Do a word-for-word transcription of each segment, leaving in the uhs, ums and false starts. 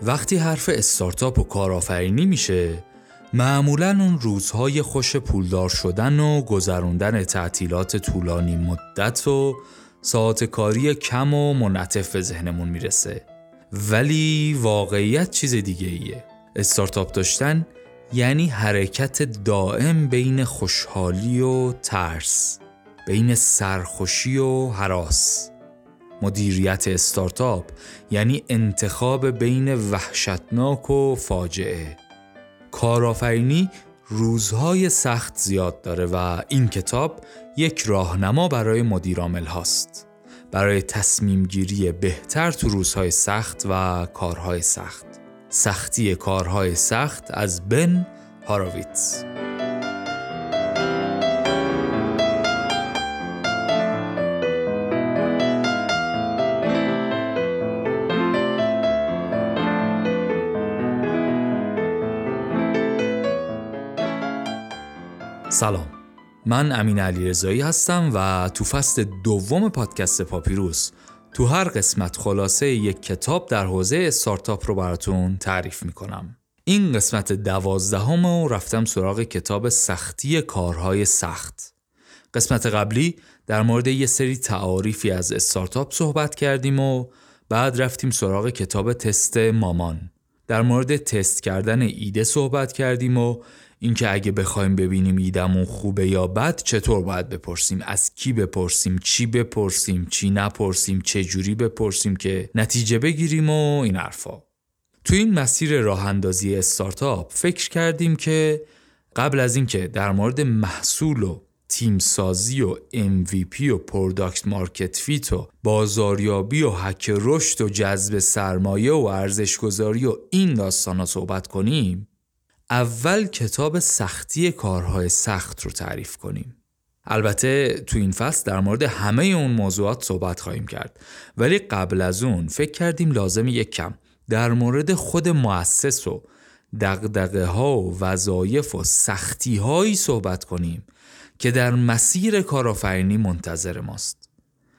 وقتی حرف استارتاپ و کارآفرینی میشه، معمولاً اون روزهای خوش پولدار شدن و گذروندن تعطیلات طولانی مدت و ساعت کاری کم و منعطف به ذهنمون میرسه. ولی واقعیت چیز دیگه ایه. استارتاپ داشتن یعنی حرکت دائم بین خوشحالی و ترس، بین سرخوشی و هراس. مدیریت استارتاپ یعنی انتخاب بین وحشتناک و فاجعه. کارآفرینی روزهای سخت زیاد داره و این کتاب یک راهنما برای مدیرعامل هاست، برای تصمیم گیری بهتر تو روزهای سخت و کارهای سخت. سختی کارهای سخت از بن هاروویتز. سلام، من امین علیرضایی هستم و تو فصل دوم پادکست پاپیروس تو هر قسمت خلاصه یک کتاب در حوزه استارتاپ رو براتون تعریف میکنم. این قسمت دوازدهم رو رفتم سراغ کتاب سختی کارهای سخت. قسمت قبلی در مورد یه سری تعاریفی از استارتاپ صحبت کردیم و بعد رفتیم سراغ کتاب تست مامان. در مورد تست کردن ایده صحبت کردیم و اینکه اگه بخوایم ببینیم ایدمون خوبه یا بد چطور باید بپرسیم، از کی بپرسیم، چی بپرسیم، چی نپرسیم، چه جوری بپرسیم که نتیجه بگیریم و این حرفا. تو این مسیر راه اندازی استارتاپ فکر کردیم که قبل از اینکه در مورد محصول و تیم سازی و ام وی پی و پروداکت مارکت فیت و بازاریابی و هک رشد و جذب سرمایه و ارزش گذاری و این داستانا صحبت کنیم، اول کتاب سختی کارهای سخت رو تعریف کنیم. البته تو این فصل در مورد همه اون موضوعات صحبت خواهیم کرد، ولی قبل از اون فکر کردیم لازم یک کم در مورد خود مؤسس و دغدغه ها و وظایف و سختی هایی صحبت کنیم که در مسیر کارآفرینی منتظر ماست.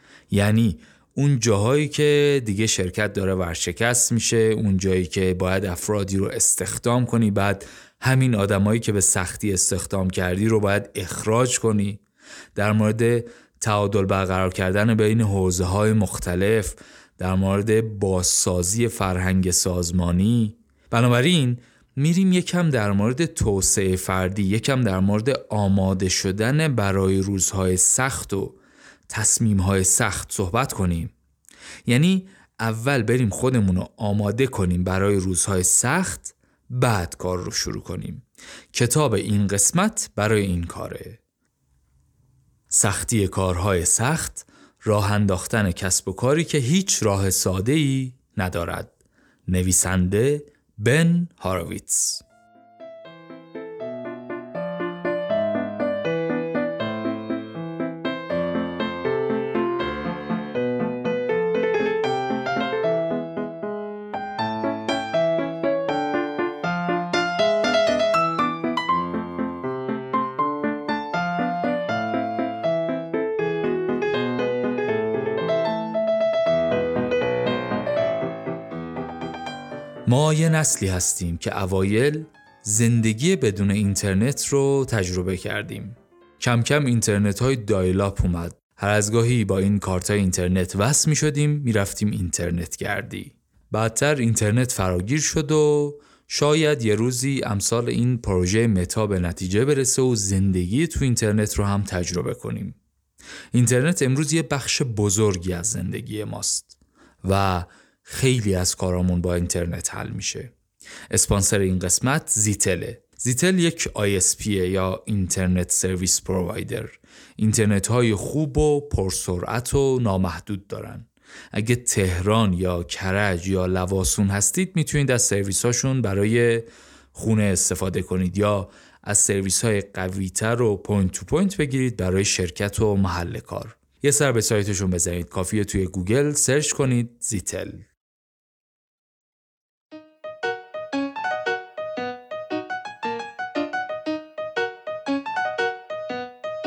یعنی اون جاهایی که دیگه شرکت داره ورشکست میشه، اون جایی که باید افرادی رو استخدام کنی، بعد همین آدمایی که به سختی استخدام کردی رو باید اخراج کنی. در مورد تعادل برقرار کردن بین حوزه‌های مختلف، در مورد بازسازی فرهنگ سازمانی. بنابراین میریم یکم در مورد توسعه فردی، یکم در مورد آماده شدن برای روزهای سخت و تصمیم‌های سخت صحبت کنیم. یعنی اول بریم خودمون رو آماده کنیم برای روزهای سخت، بعد کار رو شروع کنیم. کتاب این قسمت برای این کاره. سختی کارهای سخت، راه انداختن کسب و کاری که هیچ راه ساده‌ای ندارد. نویسنده بن هاروویتز. ما یه نسلی هستیم که اوایل زندگی بدون اینترنت رو تجربه کردیم. کم کم اینترنت های دایل آپ اومد. هر از گاهی با این کارت های اینترنت وصل می شدیم، می رفتیم اینترنت گردی. بعدتر اینترنت فراگیر شد و شاید یه روزی امثال این پروژه متا به نتیجه برسه و زندگی تو اینترنت رو هم تجربه کنیم. اینترنت امروز یه بخش بزرگی از زندگی ماست و خیلی از کارامون با اینترنت حل میشه. اسپانسر این قسمت زیتله. زیتل یک آی اس پی یا اینترنت سرویس پرووایدر. اینترنت های خوب و پرسرعت و نامحدود دارن. اگه تهران یا کرج یا لواسون هستید میتونید از سرویس هاشون برای خونه استفاده کنید یا از سرویس های قوی تر و پوینت تو پوینت بگیرید برای شرکت و محل کار. یه سر به سایتشون بزنید. کافیه توی گوگل سرچ کنید زیتل.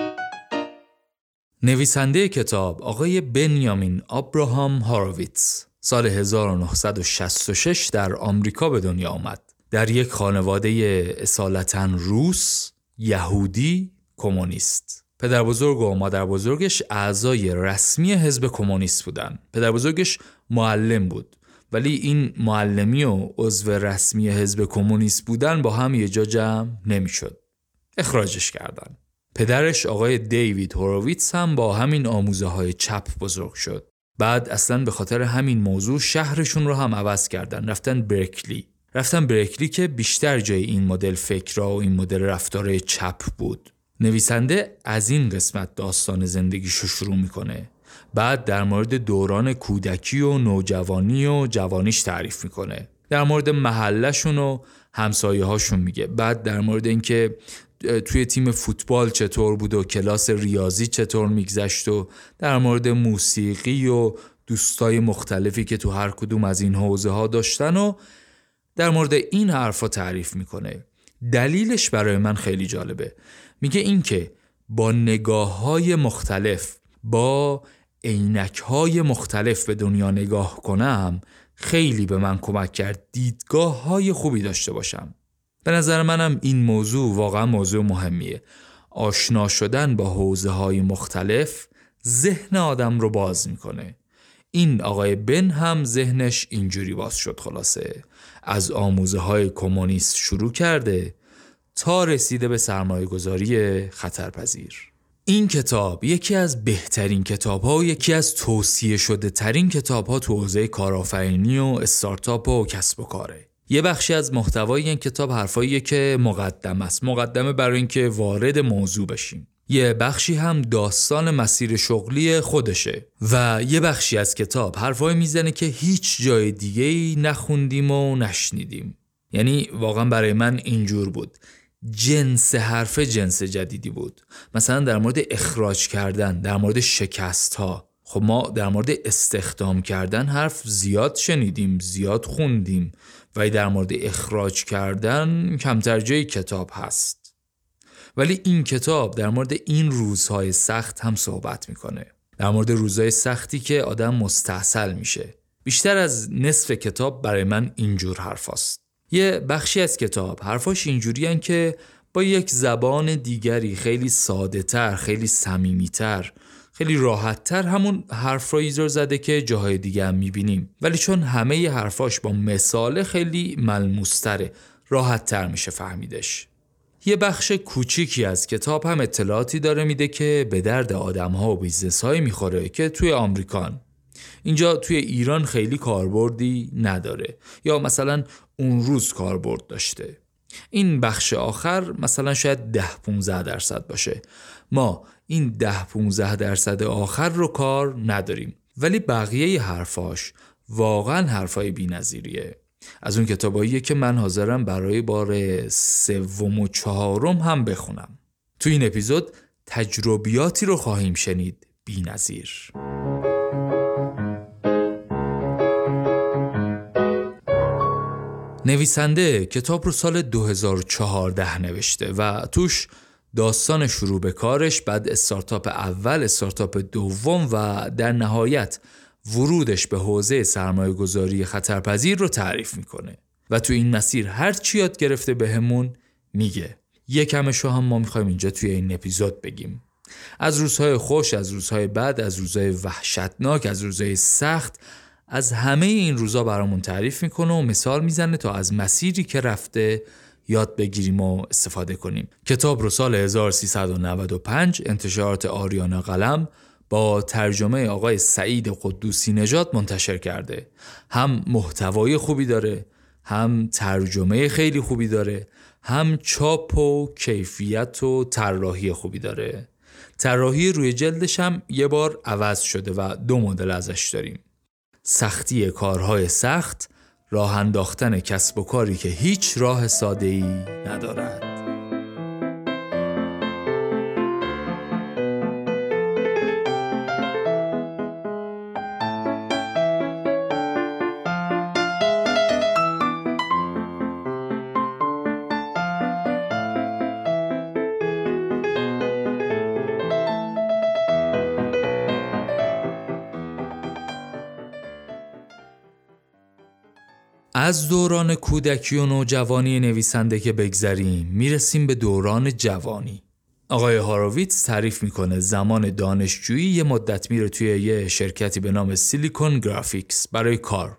نویسنده کتاب آقای بنیامین آبراهام هاروویتز. سال هزار و نهصد و شصت و شش در آمریکا به دنیا آمد. در یک خانواده اصالتاً روس، یهودی، کمونیست. پدر بزرگ و مادر بزرگش اعضای رسمی حزب کمونیست بودن. پدر بزرگش معلم بود، ولی این معلمی و عضو رسمی حزب کمونیست بودن با هم یه جا جمع نمیشد. اخراجش کردن. پدرش آقای دیوید هوروویتس هم با همین آموزه های چپ بزرگ شد. بعد اصلا به خاطر همین موضوع شهرشون رو هم عوض کردن. رفتن برکلی. رفتن برکلی که بیشتر جای این مدل فکرها و این مدل رفتار چپ بود. نویسنده از این قسمت داستان زندگیشو شروع میکنه. بعد در مورد دوران کودکی و نوجوانی و جوانیش تعریف میکنه. در مورد محلشون و همسایه هاشون میگه. بعد در مورد اینکه توی تیم فوتبال چطور بود و کلاس ریاضی چطور میگذشت و در مورد موسیقی و دوستای مختلفی که تو هر کدوم از این حوزه ها داشتن و در مورد این حرفا تعریف میکنه. دلیلش برای من خیلی جالبه. میگه این که با نگاه‌های مختلف، با عینک‌های مختلف به دنیا نگاه کنم خیلی به من کمک کرد دیدگاه‌های خوبی داشته باشم. به نظر منم این موضوع واقعا موضوع مهمیه. آشنا شدن با حوزه‌های مختلف ذهن آدم رو باز میکنه. این آقای بن هم ذهنش اینجوری باز شد. خلاصه از آموزه‌های کمونیست شروع کرده تا رسیده به سرمایه‌گذاری خطرپذیر. این کتاب یکی از بهترین کتاب‌ها و یکی از توصیه شده ترین کتاب‌ها تو حوزه کارآفرینی و استارتاپ و کسب و کاره. یه بخشی از محتوای این کتاب حرفاییه که مقدمه است. مقدمه برای اینکه وارد موضوع بشیم. یه بخشی هم داستان مسیر شغلی خودشه و یه بخشی از کتاب حرفایی میزنه که هیچ جای دیگه‌ای نخوندیم و نشنیدیم. یعنی واقعا برای من اینجور بود. جنس حرف جنس جدیدی بود. مثلا در مورد اخراج کردن، در مورد شکست ها. خب ما در مورد استخدام کردن حرف زیاد شنیدیم، زیاد خوندیم، ولی در مورد اخراج کردن کمتر جای کتاب هست. ولی این کتاب در مورد این روزهای سخت هم صحبت میکنه. در مورد روزهای سختی که آدم مستحصل میشه. بیشتر از نصف کتاب برای من اینجور حرف هست. یه بخشی از کتاب حرفاش اینجوری هن که با یک زبان دیگری خیلی ساده تر، خیلی صمیمی تر، خیلی راحت تر همون حرفایی رو زده که جاهای دیگه هم میبینیم. ولی چون همه ی حرفاش با مثال خیلی ملموس تره، راحت تر میشه فهمیدش. یه بخش کوچیکی از کتاب هم اطلاعاتی داره میده که به درد آدم ها و بیزنس های میخوره که توی آمریکان. اینجا توی ایران خیلی کاربردی نداره یا مثلا اون روز کاربرد داشته. این بخش آخر مثلا شاید ده پونزده درصد باشه. ما این ده پونزده درصد آخر رو کار نداریم، ولی بقیه حرفاش واقعا حرفای بی‌نظیریه. از اون کتاباییه که من حاضرم برای بار سوم و چهارم هم بخونم. تو این اپیزود تجربیاتی رو خواهیم شنید بی‌نظیر. نویسنده کتاب رو سال دو هزار و چهارده نوشته و توش داستان شروع به کارش، بعد استارتاپ اول، استارتاپ دوم و در نهایت ورودش به حوزه سرمایه گذاری خطرپذیر رو تعریف میکنه و تو این مسیر هر چی یاد گرفته بهمون میگه. یکمشو هم ما میخوایم اینجا توی این اپیزود بگیم. از روزهای خوش، از روزهای بد، از روزهای وحشتناک، از روزهای سخت، از همه این روزا برامون تعریف میکنه و مثال میزنه تا از مسیری که رفته یاد بگیریم و استفاده کنیم. کتاب رو سال هزار و سیصد و نود و پنج انتشارات آریانا قلم با ترجمه آقای سعید قدوسی نژاد منتشر کرده. هم محتوای خوبی داره، هم ترجمه خیلی خوبی داره، هم چاپ و کیفیت و طراحی خوبی داره. طراحی روی جلدش هم یه بار عوض شده و دو مدل ازش داریم. سختی کارهای سخت، راه انداختن کسب و کاری که هیچ راه ساده‌ای ندارد. از دوران کودکی و نوجوانی نویسنده که بگذریم میرسیم به دوران جوانی. آقای هاروویتز تعریف میکنه زمان دانشجویی یه مدت میره توی یه شرکتی به نام سیلیکون گرافیکس برای کار.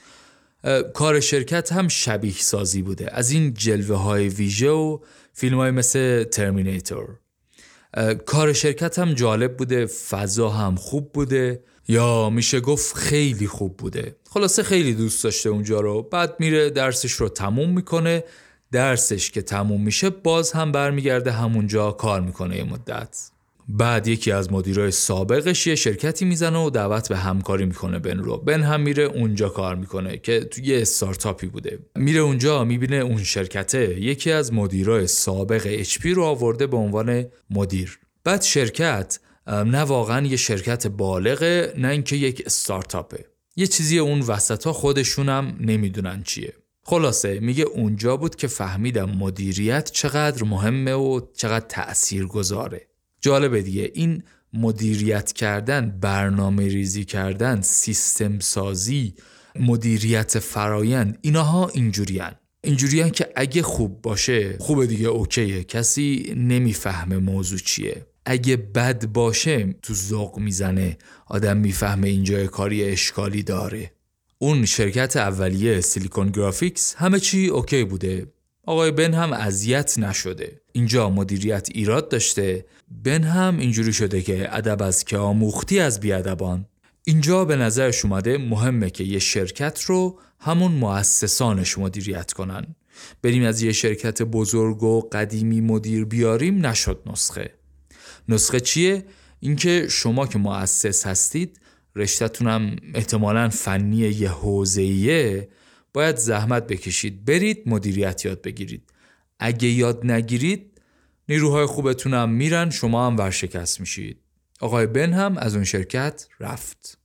کار شرکت هم شبیه سازی بوده، از این جلوه های ویژه و فیلم های مثل ترمینیتور. کار شرکت هم جالب بوده، فضا هم خوب بوده، یا میشه گفت خیلی خوب بوده. خلاصه خیلی دوست داشته اونجا رو. بعد میره درسش رو تموم میکنه، درسش که تموم میشه باز هم برمیگرده همونجا کار میکنه یه مدت. بعد یکی از مدیرای سابقش یه شرکتی میزنه و دعوت به همکاری میکنه بن رو. بن هم میره اونجا کار میکنه که توی یه استارتاپی بوده. میره اونجا میبینه اون شرکته یکی از مدیرای سابق اچ پی رو آورده به عنوان مدیر. بعد شرکت نه واقعا یه شرکت بالغه، نه اینکه یک استارتاپه. یه چیزی اون وسطا خودشون هم نمیدونن چیه. خلاصه میگه اونجا بود که فهمیدم مدیریت چقدر مهمه و چقدر تأثیر گذاره. جالبه دیگه، این مدیریت کردن، برنامه ریزی کردن، سیستم سازی، مدیریت فرایند، ایناها اینجورین. اینجورین که اگه خوب باشه خوبه دیگه، اوکیه، کسی نمیفهمه موضوع چیه. اگه بد باشه تو ذوق میزنه، آدم میفهمه اینجا کاری اشکالی داره. اون شرکت اولیه سیلیکون گرافیکس همه چی اوکی بوده. آقای بن هم اذیت نشده. اینجا مدیریت ایراد داشته، بن هم اینجوری شده که ادب از که آموختی از بیادبان. اینجا به نظرش اومده مهمه که یه شرکت رو همون مؤسسانش مدیریت کنن. بریم از یه شرکت بزرگ و قدیمی مدیر بیاریم، نشد نسخه. نسخه چیه؟ اینکه شما که مؤسس هستید، رشته‌تون هم احتمالاً فنی یه حوزه‌ایه، باید زحمت بکشید برید مدیریت یاد بگیرید. اگه یاد نگیرید نیروهای خوبتون هم میرن، شما هم ورشکست میشید. آقای بن هم از اون شرکت رفت.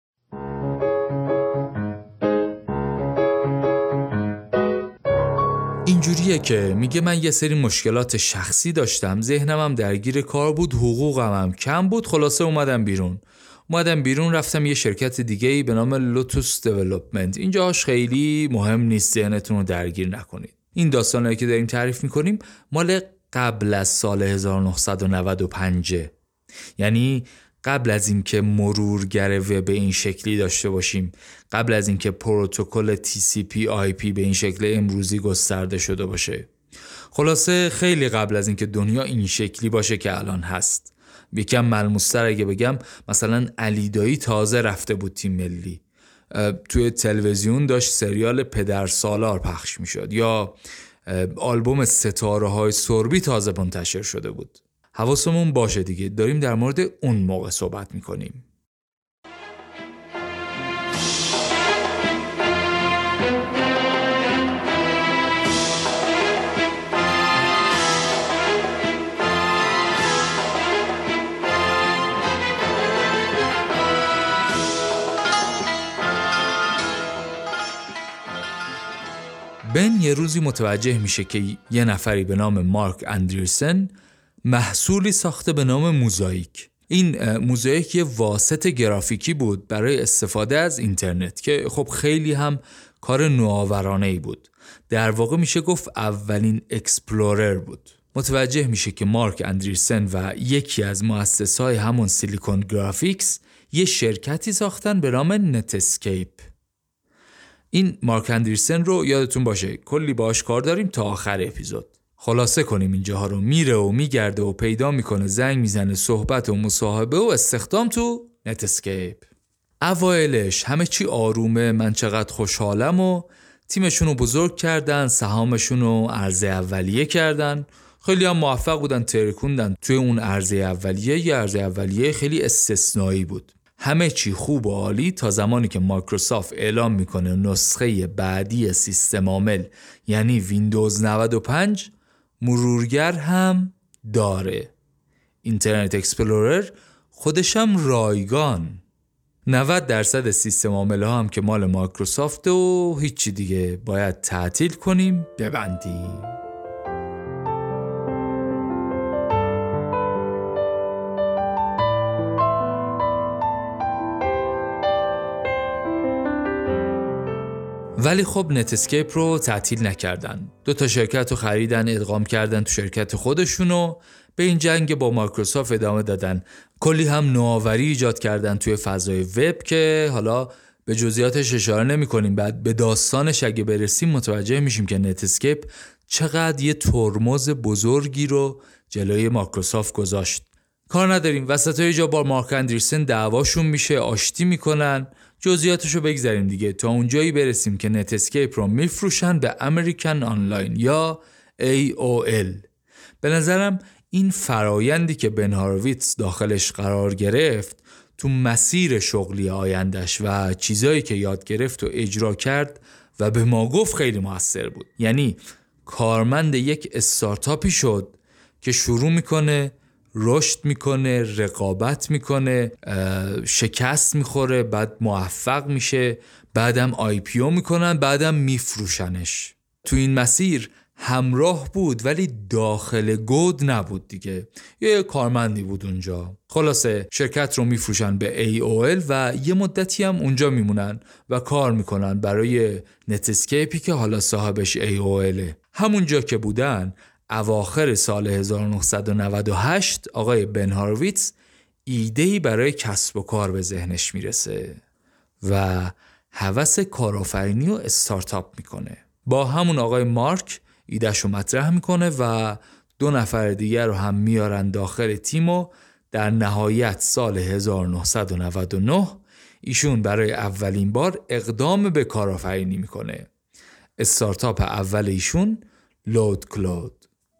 اینجوریه که میگه من یه سری مشکلات شخصی داشتم، ذهنم هم درگیر کار بود، حقوقم هم کم بود، خلاصه اومدم بیرون. اومدم بیرون رفتم یه شرکت دیگه‌ای به نام لوتوس دیولپمنت. اینجاش خیلی مهم نیست، ذهنتون رو درگیر نکنید. این داستانایی که داریم تعریف میکنیم مال قبل از سال هزار و نهصد و نود و پنج، یعنی قبل از اینکه مرورگر وب به این شکلی داشته باشیم، قبل از اینکه پروتکل تی سی پی آی پی به این شکل امروزی گسترده شده باشه. خلاصه خیلی قبل از اینکه دنیا این شکلی باشه که الان هست. یکم ملموس‌تر اگه بگم، مثلا علی دایی تازه رفته بود تیم ملی، توی تلویزیون داشت سریال پدر سالار پخش میشد، یا آلبوم ستاره های سربی تازه منتشر شده بود. حواسمون باشه دیگه، داریم در مورد اون موقع صحبت میکنیم. بن یه روزی متوجه میشه که یه نفری به نام مارک اندرسن محصولی ساخته به نام موزاییک. این موزاییک یه واسط گرافیکی بود برای استفاده از اینترنت که خب خیلی هم کار نوآورانه‌ای بود. در واقع میشه گفت اولین اکسپلورر بود. متوجه میشه که مارک اندرسن و یکی از مؤسسای همون سیلیکون گرافیکس یه شرکتی ساختن به نام نتسکیپ. این مارک اندرسن رو یادتون باشه کلی باهاش کار داریم تا آخر اپیزود. خلاصه کنیم اینجاها رو، میره و میگرده و پیدا میکنه، زنگ میزنه، صحبت و مصاحبه و استخدام تو نتسکیپ. اوایلش همه چی آرومه، من چقدر خوشحالم، و تیمشون رو بزرگ کردن، سهامشون رو عرضه اولیه کردن، خیلی هم موفق بودن، ترکوندن توی اون عرضه اولیه. یه عرضه اولیه خیلی استثنایی بود. همه چی خوب و عالی تا زمانی که مایکروسافت اعلام میکنه نسخه بعدی سیستم عامل یعنی ویندوز نود و پنج مرورگر هم داره. اینترنت اکسپلورر خودشم رایگان. نود درصد سیستم عامل ها هم که مال مایکروسافت و هیچی دیگه، باید تعطیل کنیم ببندیم. ولی خب نتسکیپ رو تعطیل نکردن. دو تا شرکت رو خریدن، ادغام کردن تو شرکت خودشون و به این جنگ با مایکروسافت ادامه دادن. کلی هم نوآوری ایجاد کردن توی فضای وب که حالا به جزئیاتش اشاره نمی کنیم. بعد به داستانش اگه برسیم متوجه میشیم که نتسکیپ چقدر یه ترمز بزرگی رو جلوی مایکروسافت گذاشت. کار نداریم، وسطای جا با مارک اندرسن دعواشون میشه، آشتی میکنن. جزئیاتشو بگذاریم دیگه تا اونجایی برسیم که نتسکیپ رو میفروشن به امریکن آنلاین یا ای او ال. به نظرم این فرایندی که بن هارویتز داخلش قرار گرفت تو مسیر شغلی آیندش و چیزایی که یاد گرفت و اجرا کرد و به ما گفت خیلی موثر بود. یعنی کارمند یک استارتاپی شد که شروع میکنه، رشد میکنه، رقابت میکنه، شکست میخوره، بعد موفق میشه، بعدم آی پی او میکنن، بعدم میفروشنش. تو این مسیر همراه بود ولی داخل گود نبود دیگه، یه کارمندی بود اونجا. خلاصه شرکت رو میفروشن به ای او ال و یه مدتی هم اونجا میمونن و کار میکنن برای نتسکیپی که حالا صاحبش ای او ال. همونجا که بودن اواخر سال هزار و نهصد و نود و هشت آقای بن هارویتز ایده‌ای برای کسب و کار به ذهنش میرسه و هوس کارآفرینی و استارتاپ میکنه. با همون آقای مارک ایدهشو مطرح میکنه و دو نفر دیگر رو هم میارن داخل تیم و در نهایت سال هزار و نهصد و نود و نه ایشون برای اولین بار اقدام به کارآفرینی میکنه. استارتاپ اول ایشون لود کلود.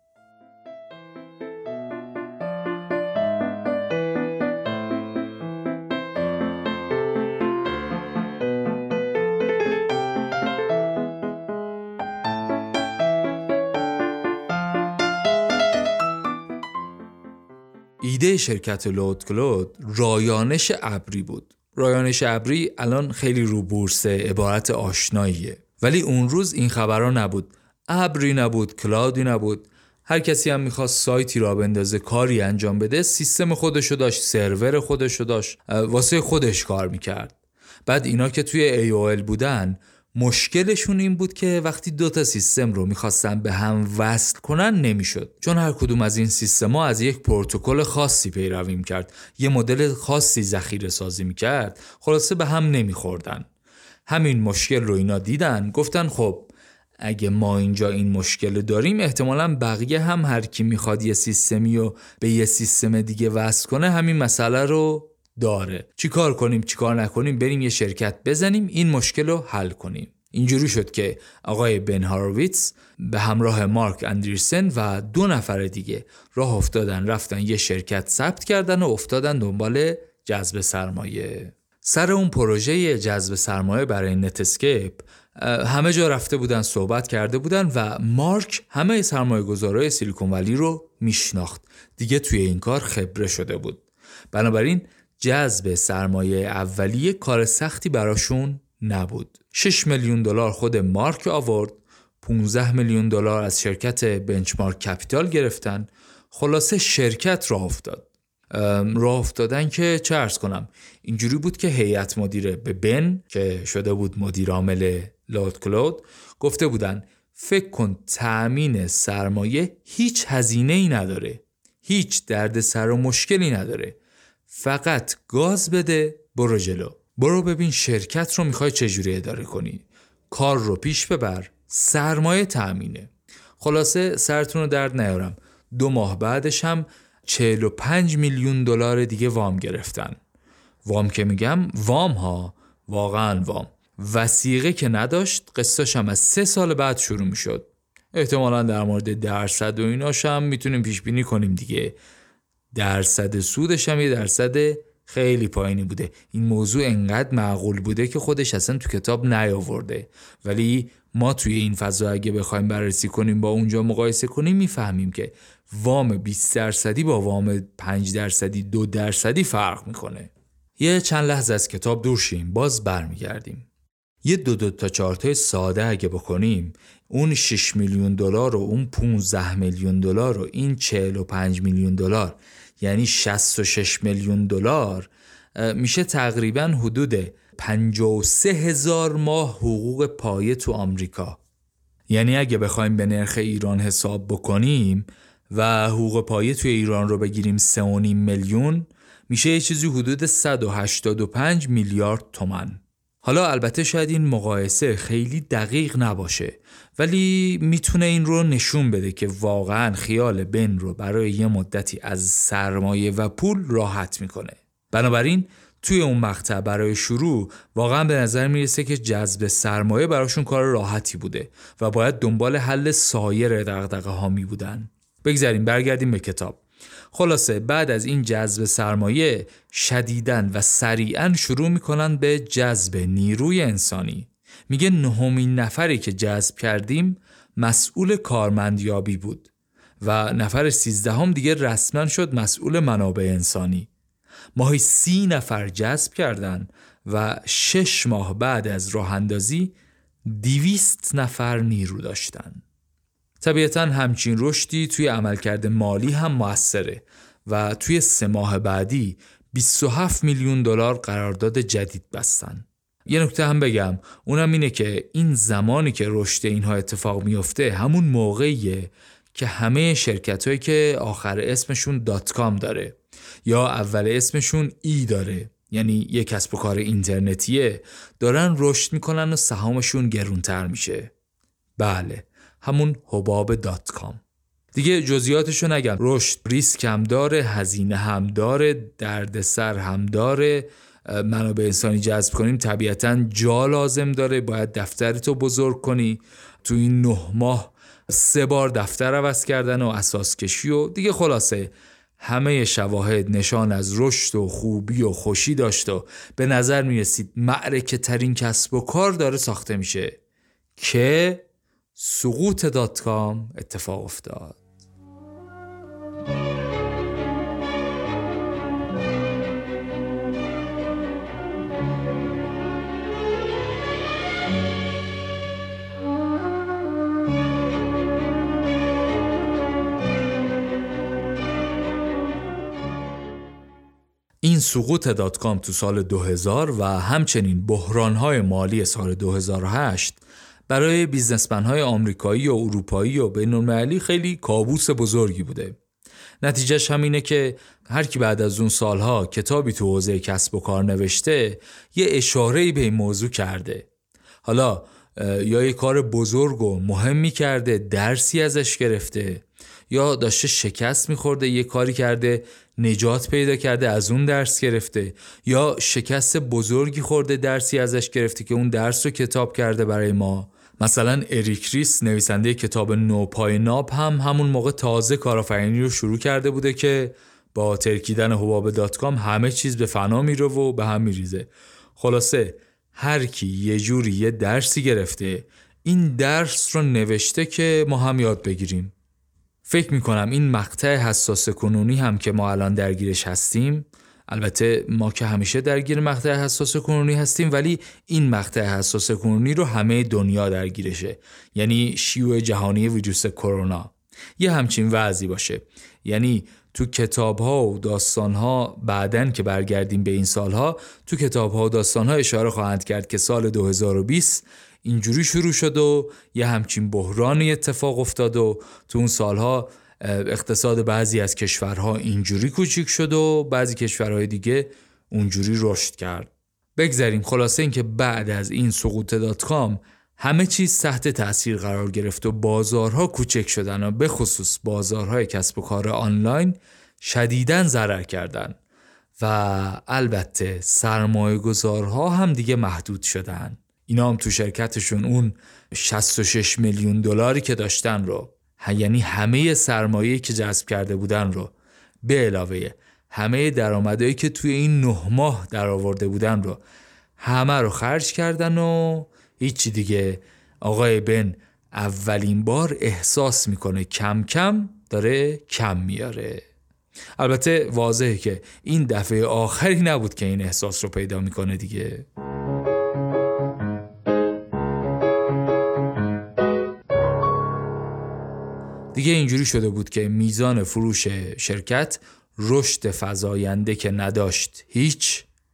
ایده شرکت لود کلود رایانش ابری بود. رایانش ابری الان خیلی رو بورسه، عبارت آشناییه، ولی اون روز این خبرها نبود. ابری نبود، کلاودی نبود. هر کسی هم میخواست سایتی را بندازه، کاری انجام بده، سیستم خودشو داشت، سرور خودشو داشت، واسه خودش کار میکرد. بعد اینا که توی ای او ال بودن مشکلشون این بود که وقتی دوتا سیستم رو میخواستن به هم وصل کنن نمیشد، چون هر کدوم از این سیستم‌ها از یک پروتکل خاصی پیروی میکرد، یه مدل خاصی ذخیره سازی میکرد. خلاصه به هم نمیخوردن. همین مشکل رو اینا دیدن، گفتن خب اگه ما اینجا این مشکل داریم، احتمالاً بقیه هم هر کی میخواد یه سیستمی رو به یه سیستم دیگه وصل کنه همین مسئله رو داره. چی کار کنیم چی کار نکنیم؟ بریم یه شرکت بزنیم این مشکل رو حل کنیم. اینجوری شد که آقای بن هارویتز به همراه مارک اندرسن و دو نفر دیگه راه افتادن، رفتن یه شرکت ثبت کردن و افتادن دنبال جذب سرمایه. سر اون پروژه جذب سرمایه برای نتسکیپ همه جا رفته بودن، صحبت کرده بودن و مارک همه سرمایه گذارای سیلیکون ولی رو میشناخت، دیگه توی این کار خبره شده بود. بنابراین جذب سرمایه اولیه کار سختی براشون نبود. شش میلیون دلار خود مارک آورد، پانزده میلیون دلار از شرکت بنچمارک کپیتال گرفتن. خلاصه شرکت راه افتاد. راه افتادن که چه عرض کنم، اینجوری بود که هیئت مدیره به بن که شده بود مدیر عامل لود کلود گفته بودن فکر کن تأمین سرمایه هیچ هزینه‌ای نداره، هیچ دردسر و مشکلی نداره، فقط گاز بده، برو جلو، برو ببین شرکت رو میخوای چجوری اداره کنی، کار رو پیش ببر، سرمایه تأمینه. خلاصه سرتون رو درد نیارم، دو ماه بعدش هم چهل و پنج میلیون دلار دیگه وام گرفتن. وام که میگم وام ها، واقعا وام. وثیقه که نداشت، قسطش هم از سه سال بعد شروع میشد. احتمالاً در مورد درصد و ایناش هم میتونیم پیش بینی کنیم دیگه. درصد سودش هم یه درصد خیلی پایینی بوده. این موضوع انقدر معقول بوده که خودش اصلا تو کتاب نیاورده، ولی ما توی این فضا اگه بخوایم بررسی کنیم با اونجا مقایسه کنیم میفهمیم که وام بیست درصدی با وام پنج درصدی دو درصدی فرق میکنه. یه چند لحظه از کتاب دور شیم، باز برمیگردیم. یه دو دو تا چارت ساده اگه بکنیم، اون شش میلیون دلار و اون پانزده میلیون دلار و این چهل و پنج میلیون دلار، یعنی شصت و شش میلیون دلار میشه تقریباً حدود پنجاه و سه هزار ماه حقوق پایه تو آمریکا. یعنی اگه بخوایم به نرخ ایران حساب بکنیم و حقوق پایه توی ایران رو بگیریم سه و نیم میلیون، میشه یه چیزی حدود صد و هشتاد و پنج میلیارد تومان. حالا البته شاید این مقایسه خیلی دقیق نباشه، ولی میتونه این رو نشون بده که واقعاً خیال بن رو برای یه مدتی از سرمایه و پول راحت میکنه. بنابراین توی اون مقطع برای شروع واقعاً به نظر میرسه که جذب سرمایه براشون کار راحتی بوده و باید دنبال حل سایر دغدغه ها می بودن. بگذاریم برگردیم به کتاب. خلاصه بعد از این جذب سرمایه شدیداً و سریعاً شروع میکنن به جذب نیروی انسانی. میگه نهمین نفری که جذب کردیم مسئول کارمندیابی بود و نفر سیزدهم دیگه رسما شد مسئول منابع انسانی. ماهی سی نفر جذب کردن و شش ماه بعد از راه اندازی دویست نفر نیرو داشتن. طبیعتاً همچین رشدی توی عملکرد مالی هم موثره و توی سه ماه بعدی بیست و هفت میلیون دلار قرارداد جدید بستن. یه نکته هم بگم، اونم اینه که این زمانی که رشد اینها اتفاق میفته همون موقعیه که همه شرکتایی که آخر اسمشون دات کام داره یا اول اسمشون ای داره، یعنی یک کسب و کار اینترنتیه، دارن رشد میکنن و سهامشون گرونتر میشه. بله، همون حباب دات کام. دیگه جزئیاتشو نگم. رشد ریسک هم داره، هزینه هم داره، دردسر هم داره. منابع انسانی جذب کنیم طبیعتاً جا لازم داره، باید دفترتو بزرگ کنی. تو این نه ماه سه بار دفتر عوض کردن و اساس کشی و دیگه خلاصه همه شواهد نشان از رشد و خوبی و خوشی داشت و به نظر می رسید معرکه ترین کسب و کار داره ساخته میشه که سقوط دات کام اتفاق افتاد. این سقوط دات کام تو سال دو هزار و همچنین بحران‌های مالی سال دو هزار و هشت برای بیزنسمن‌های آمریکایی و اروپایی و بین‌المللی خیلی کابوس بزرگی بوده. نتیجهش همینه که هر کی بعد از اون سالها کتابی تو حوزه کسب و کار نوشته یه اشاره‌ای به این موضوع کرده. حالا یا یه کار بزرگ و مهمی کرده، درسی ازش گرفته، یا داشته شکست میخورده یه کاری کرده نجات پیدا کرده از اون درس گرفته، یا شکست بزرگی خورده درسی ازش گرفته که اون درس رو کتاب کرده برای ما. مثلا اریک ریس نویسنده کتاب نوپای ناب هم همون موقع تازه کارآفرینی رو شروع کرده بوده که با ترکیدن حباب دات کام همه چیز به فنا میره و به هم میریزه. خلاصه هر کی یه جوری یه درسی گرفته این درس رو نوشته که ما هم یاد بگیریم. فکر میکنم این مقطع حساس کنونی هم که ما الان درگیرش هستیم، البته ما که همیشه درگیر مقطع حساس کنونی هستیم، ولی این مقطع حساس کنونی رو همه دنیا درگیرشه، یعنی شیوع جهانی ویروس کرونا، یه همچین وضعی باشه. یعنی تو کتاب‌ها و داستان‌ها بعدن که برگردیم به این سال‌ها، تو کتاب‌ها و داستان‌ها اشاره خواهند کرد که سال دو هزار و بیست اینجوری شروع شد و یه همچین بحرانی اتفاق افتاد و تو اون سالها اقتصاد بعضی از کشورها اینجوری کوچیک شد و بعضی کشورهای دیگه اونجوری رشد کرد. بگذاریم. خلاصه این که بعد از این سقوط دات کام همه چیز تحت تأثیر قرار گرفت و بازارها کوچک شدن و به خصوص بازارهای کسب و کار آنلاین شدیداً ضرر کردن و البته سرمایه گذارها هم دیگه محدود شدن. اینا هم تو شرکتشون اون شصت و شش میلیون دلاری که داشتن رو، یعنی همه سرمایه‌ای که جذب کرده بودن رو به علاوه همه درآمدایی که توی این نه ماه درآورده بودن رو همه رو خرج کردن و هیچی دیگه. آقای بن اولین بار احساس میکنه کم کم داره کم میاره. البته واضحه که این دفعه آخری نبود که این احساس رو پیدا میکنه دیگه. دیگه اینجوری شده بود که میزان فروش شرکت رشد فزاینده که نداشت هیچ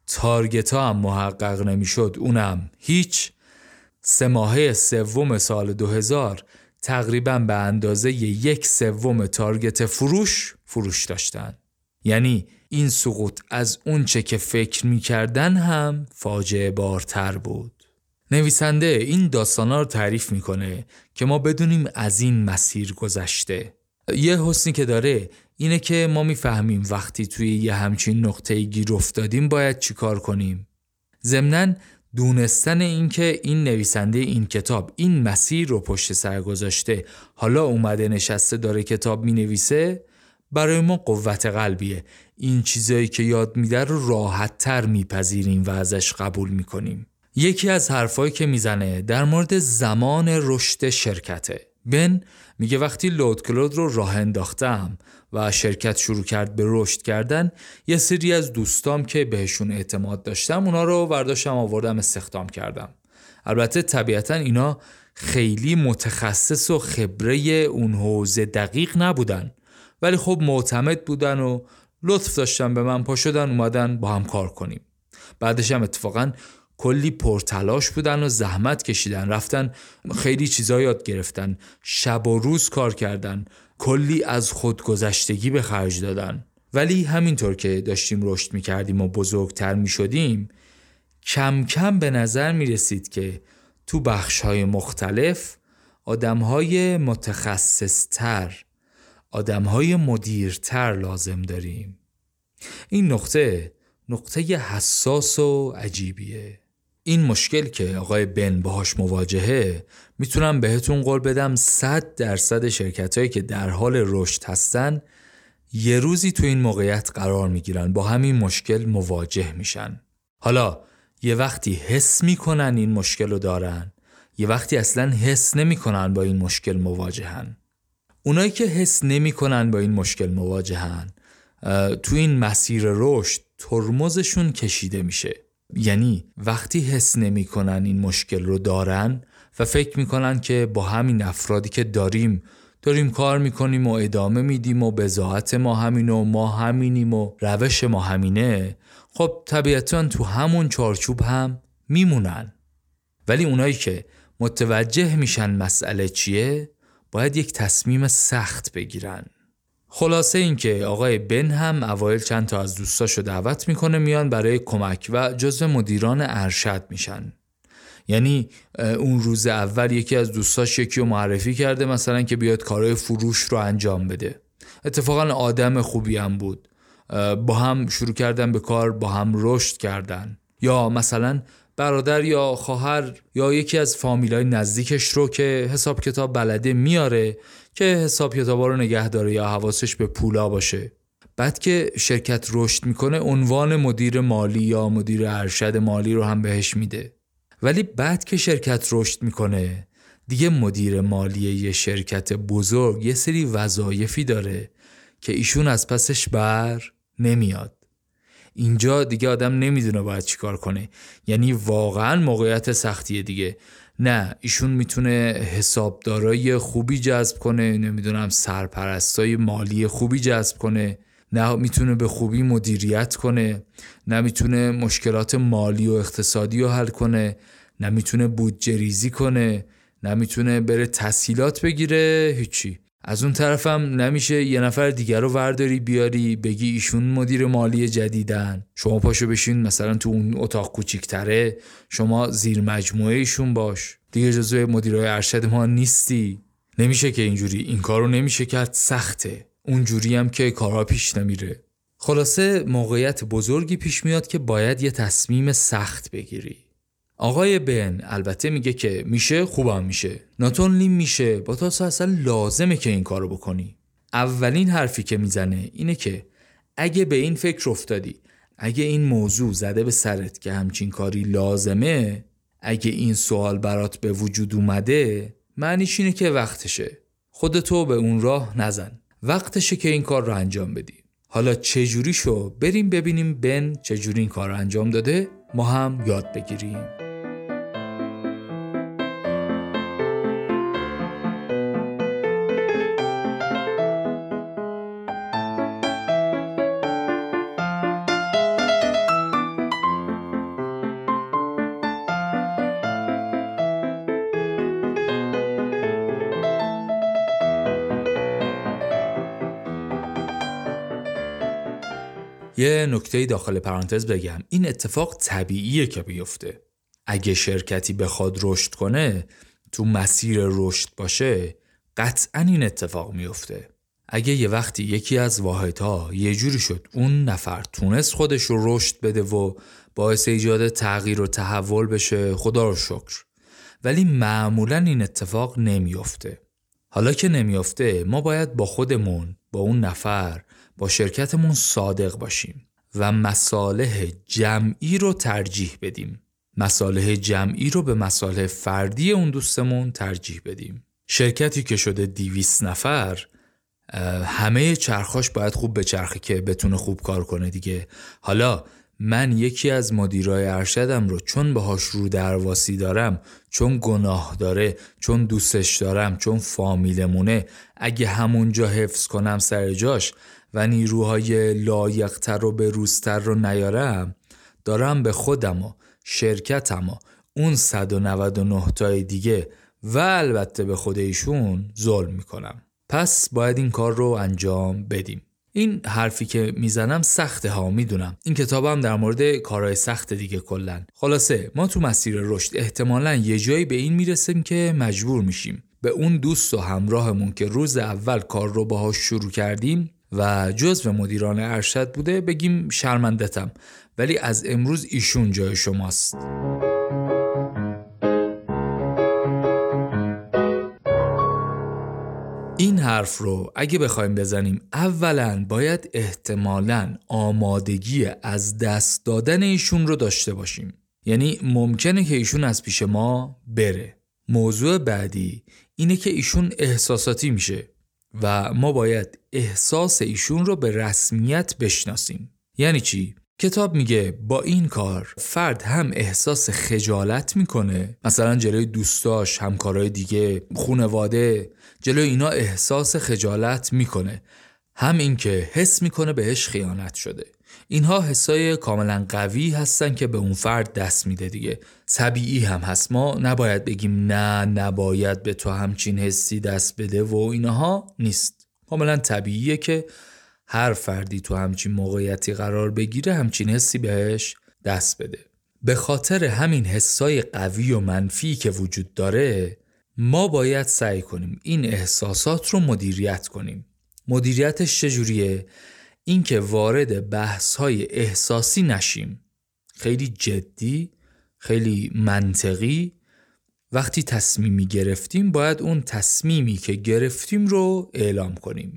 تارگت ها هم محقق نمیشد، اونم هیچ. سه ماهه سوم سال دو هزار تقریباً به اندازه یک سوم تارگت فروش فروش داشتن. یعنی این سقوط از اون چه که فکر میکردن هم فاجعه بارتر بود. نویسنده این داستانا رو تعریف میکنه که ما بدونیم از این مسیر گذشته. یه حسنی که داره اینه که ما میفهمیم وقتی توی یه همچین نقطه گیر افتادیم باید چی کار کنیم. ضمناً دونستن این که این نویسنده این کتاب این مسیر رو پشت سر گذاشته، حالا اومده نشسته داره کتاب می نویسه، برای ما قوت قلبیه. این چیزایی که یاد میده رو راحت تر میپذیریم و ازش قبول میکنیم. یکی از حرفایی که میزنه در مورد زمان رشد شرکته. بن میگه وقتی لودکلود رو راه انداختم و شرکت شروع کرد به رشد کردن، یه سری از دوستام که بهشون اعتماد داشتم اونا رو برداشتم آوردم استخدام کردم. البته طبیعتا اینا خیلی متخصص و خبره اون حوزه دقیق نبودن، ولی خب معتمد بودن و لطف داشتن به من، پا شدن اومدن با هم کار کنیم. بعدش هم اتفاقا کلی پرتلاش بودن و زحمت کشیدن، رفتن خیلی چیزا یاد گرفتن، شب و روز کار کردن، کلی از خودگذشتگی به خرج دادن. ولی همینطور که داشتیم رشد میکردیم و بزرگتر میشدیم، کم کم به نظر میرسید که تو بخش‌های مختلف آدم‌های متخصص‌تر، آدم‌های مدیرتر لازم داریم. این نقطه نقطه حساس و عجیبیه. این مشکل که آقای بن باهاش مواجهه، میتونم بهتون قول بدم صد درصد شرکتایی که در حال رشد هستن یه روزی تو این موقعیت قرار میگیرن، با همین مشکل مواجه میشن. حالا یه وقتی حس میکنن این مشکل رو دارن، یه وقتی اصلا حس نمیکنن با این مشکل مواجهن. اونایی که حس نمیکنن با این مشکل مواجهن، تو این مسیر رشد ترمزشون کشیده میشه. یعنی وقتی حس نمیکنن این مشکل رو دارن و فکر میکنن که با همین افرادی که داریم داریم کار میکنیم و ادامه میدیم و بضاعت ما همین و ما همینیم و روش ما همینه، خب طبیعتاً تو همون چارچوب هم میمونن. ولی اونایی که متوجه میشن مسئله چیه، باید یک تصمیم سخت بگیرن. خلاصه این که آقای بن هم اوایل چند تا از دوستاشو دعوت میکنه میان برای کمک و جزو مدیران ارشد میشن. یعنی اون روز اول یکی از دوستاش یکی رو معرفی کرده مثلا که بیاد کارهای فروش رو انجام بده. اتفاقا آدم خوبی هم بود، با هم شروع کردن به کار، با هم رشد کردن. یا مثلا برادر یا خواهر یا یکی از فامیلای نزدیکش رو که حساب کتاب بلده میاره که حساب کتابا رو نگه داره یا حواسش به پولا باشه. بعد که شرکت رشد میکنه عنوان مدیر مالی یا مدیر ارشد مالی رو هم بهش میده. ولی بعد که شرکت رشد میکنه دیگه مدیر مالی یه شرکت بزرگ یه سری وظایفی داره که ایشون از پسش بر نمیاد. اینجا دیگه آدم نمیدونه باید چی کار کنه. یعنی واقعا موقعیت سختیه دیگه. نه ایشون میتونه حسابدارای خوبی جذب کنه، نمیدونم سرپرستای مالی خوبی جذب کنه، نه میتونه به خوبی مدیریت کنه، نه میتونه مشکلات مالی و اقتصادی رو حل کنه، نه میتونه بودجه ریزی کنه، نه میتونه بره تسهیلات بگیره، هیچی. از اون طرفم نمیشه یه نفر دیگر رو ورداری بیاری بگی ایشون مدیر مالی جدیدن، شما پاشو بشین مثلا تو اون اتاق کوچیک‌تره، شما زیر مجموعه ایشون باش، دیگه جزو مدیرای ارشد ما نیستی. نمیشه که اینجوری، این کارو نمیشه کرد، سخته. اونجوری هم که کارا پیش نمیره. خلاصه موقعیت بزرگی پیش میاد که باید یه تصمیم سخت بگیری. آقای بن البته میگه که میشه، خوبم میشه، ناتونلی میشه، با تو اصلا لازمه که این کارو بکنی. اولین حرفی که میزنه اینه که اگه به این فکر افتادی، اگه این موضوع زده به سرت که همچین کاری لازمه، اگه این سوال برات به وجود اومده، معنیش اینه که وقتشه. خودتو به اون راه نزن، وقتشه که این کار رو انجام بدی. حالا چجوری شو؟ بریم ببینیم بن چجوری این کار رو انجام داده، ما هم یاد بگیریم. یه نکته داخل پرانتز بگم، این اتفاق طبیعیه که بیفته. اگه شرکتی بخواد رشد کنه، تو مسیر رشد باشه، قطعاً این اتفاق میفته. اگه یه وقتی یکی از واحدها یه جوری شد اون نفر تونست خودش رو رشد بده و باعث ایجاد تغییر و تحول بشه، خدا رو شکر. ولی معمولاً این اتفاق نمیفته. حالا که نمیفته، ما باید با خودمون، با اون نفر، با شرکتمون صادق باشیم و مصالح جمعی رو ترجیح بدیم. مصالح جمعی رو به مصالح فردی اون دوستمون ترجیح بدیم. شرکتی که شده دویست نفر، همه چرخاش باید خوب بچرخه که بتونه خوب کار کنه دیگه. حالا من یکی از مدیرای ارشدم رو چون باهاش رو درواسی دارم، چون گناه داره، چون دوستش دارم، چون فامیلمونه، اگه همونجا حفظ کنم سر جاش و نیروهای لایق‌تر و بروزتر رو نیارم، دارم به خودم و شرکتم و اون صد و نود و نه تای دیگه و البته به خود ایشون ظلم میکنم. پس باید این کار رو انجام بدیم. این حرفی که میزنم سخته ها، میدونم. این کتابم در مورد کارهای سخت دیگه کلن. خلاصه ما تو مسیر رشد احتمالاً یه جایی به این میرسیم که مجبور میشیم به اون دوست و همراهمون که روز اول کار رو باهاش شروع کردیم و جزو مدیران ارشد بوده بگیم شرمندتم، ولی از امروز ایشون جای شماست. این حرف رو اگه بخوایم بزنیم، اولاً باید احتمالاً آمادگی از دست دادن ایشون رو داشته باشیم. یعنی ممکنه که ایشون از پیش ما بره. موضوع بعدی اینه که ایشون احساساتی میشه و ما باید احساس ایشون رو به رسمیت بشناسیم. یعنی چی؟ کتاب میگه با این کار فرد هم احساس خجالت میکنه، مثلا جلوی دوستاش، همکارای دیگه، خانواده، جلوی اینا احساس خجالت میکنه، هم این که حس میکنه بهش خیانت شده. اینها حسای کاملا قوی هستن که به اون فرد دست میده دیگه. طبیعی هم هست، ما نباید بگیم نه نباید به تو همچین حسی دست بده و اینها نیست. کاملا طبیعیه که هر فردی تو همچین موقعیتی قرار بگیره همچین حسی بهش دست بده. به خاطر همین حسای قوی و منفی که وجود داره، ما باید سعی کنیم این احساسات رو مدیریت کنیم. مدیریتش چجوریه؟ این که وارد بحث‌های احساسی نشیم. خیلی جدی، خیلی منطقی. وقتی تصمیمی گرفتیم باید اون تصمیمی که گرفتیم رو اعلام کنیم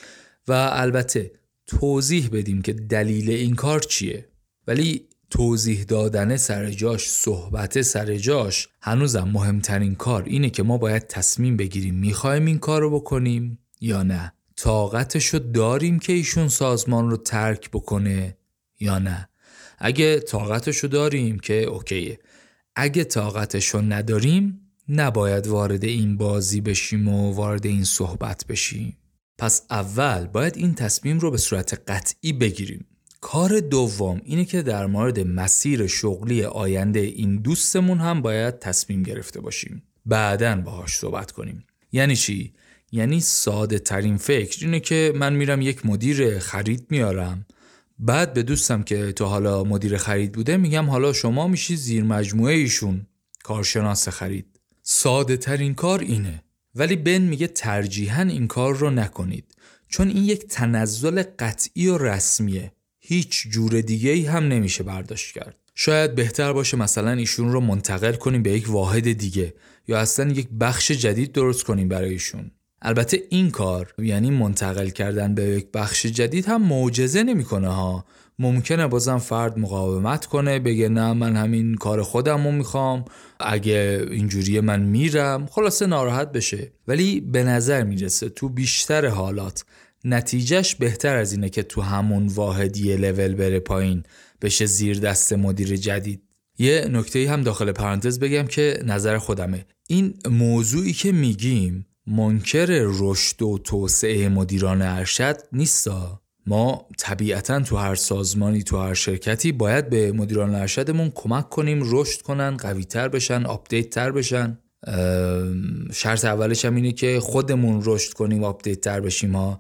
و البته توضیح بدیم که دلیل این کار چیه. ولی توضیح دادن سر جاش، صحبت سر جاش، هنوزم مهمترین کار اینه که ما باید تصمیم بگیریم میخوایم این کار رو بکنیم یا نه. طاقتشو داریم که ایشون سازمان رو ترک بکنه یا نه. اگه طاقتشو داریم که اوکیه، اگه طاقتشو نداریم نباید وارد این بازی بشیم و وارد این صحبت بشیم. پس اول باید این تصمیم رو به صورت قطعی بگیریم. کار دوم اینه که در مورد مسیر شغلی آینده این دوستمون هم باید تصمیم گرفته باشیم. بعداً باهاش صحبت کنیم. یعنی چی؟ یعنی ساده ترین فکر اینه که من میرم یک مدیر خرید میارم، بعد به دوستم که تو حالا مدیر خرید بوده میگم حالا شما میشی زیر مجموعه ایشون، کارشناس خرید. ساده ترین کار اینه. ولی بن میگه ترجیحاً این کار رو نکنید، چون این یک تنزل قطعی و رسمیه. هیچ جور دیگه ای هم نمیشه برداشت کرد. شاید بهتر باشه مثلا ایشون رو منتقل کنیم به یک واحد دیگه یا اصلا یک بخش جدید درست کنیم برای ایشون. البته این کار یعنی منتقل کردن به یک بخش جدید هم معجزه نمیکنه ها. ممکنه بازم فرد مقاومت کنه، بگه نه من همین کار خودم رو میخوام، اگه اینجوریه من میرم، خلاصه ناراحت بشه. ولی به نظر میرسه تو بیشتر حالات نتیجهش بهتر از اینه که تو همون واحدی لول بره پایین، بشه زیر دست مدیر جدید. یه نکته هم داخل پرانتز بگم که نظر خودمه. این موضوعی که میگیم منکر رشد و توسعه مدیران ارشد نیستا. ما طبیعتاً تو هر سازمانی، تو هر شرکتی باید به مدیران ارشدمون کمک کنیم رشد کنن، قوی تر بشن، آپدیت تر بشن. شرط اولش هم اینه که خودمون رشد کنیم، آپدیت تر بشیم ها.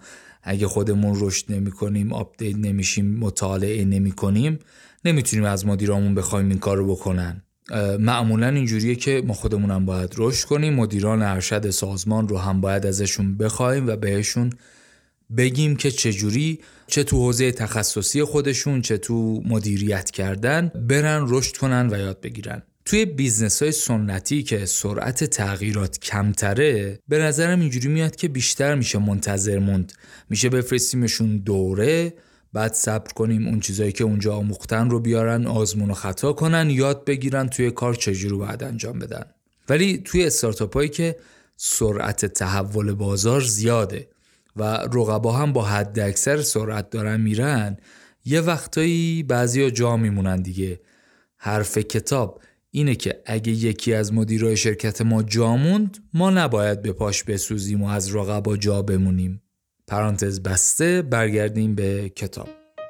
اگه خودمون رشد نمی کنیم، آپدیت نمیشیم، مطالعه نمی کنیم، نمیتونیم از مدیرامون بخوایم این کار رو بکنن. معمولا اینجوریه که ما خودمون هم باید رشد کنیم، مدیران ارشد سازمان رو هم باید ازشون بخوایم و بهشون بگیم که چجوری، چه تو حوزه تخصصی خودشون چه تو مدیریت کردن، برن رشد کنن و یاد بگیرن. توی بیزنس‌های سنتی که سرعت تغییرات کمتره، به نظرم اینجوری میاد که بیشتر میشه منتظر موند، میشه بفرستیمشون دوره، بعد صبر کنیم اون چیزایی که اونجا آموختن رو بیارن آزمون و خطا کنن، یاد بگیرن توی کار چجوری باید انجام بدن. ولی توی استارتاپ‌هایی که سرعت تحول بازار زیاده و رقبا هم با حد اکثر سرعت دارن میرن، یه وقتایی بعضیا جا میمونن دیگه. حرف کتاب اینه که اگه یکی از مدیرای شرکت ما جا موند، ما نباید به پاش بسوزیم و از رقبا جا بمونیم. پرانتز بسته، برگردیم به کتاب.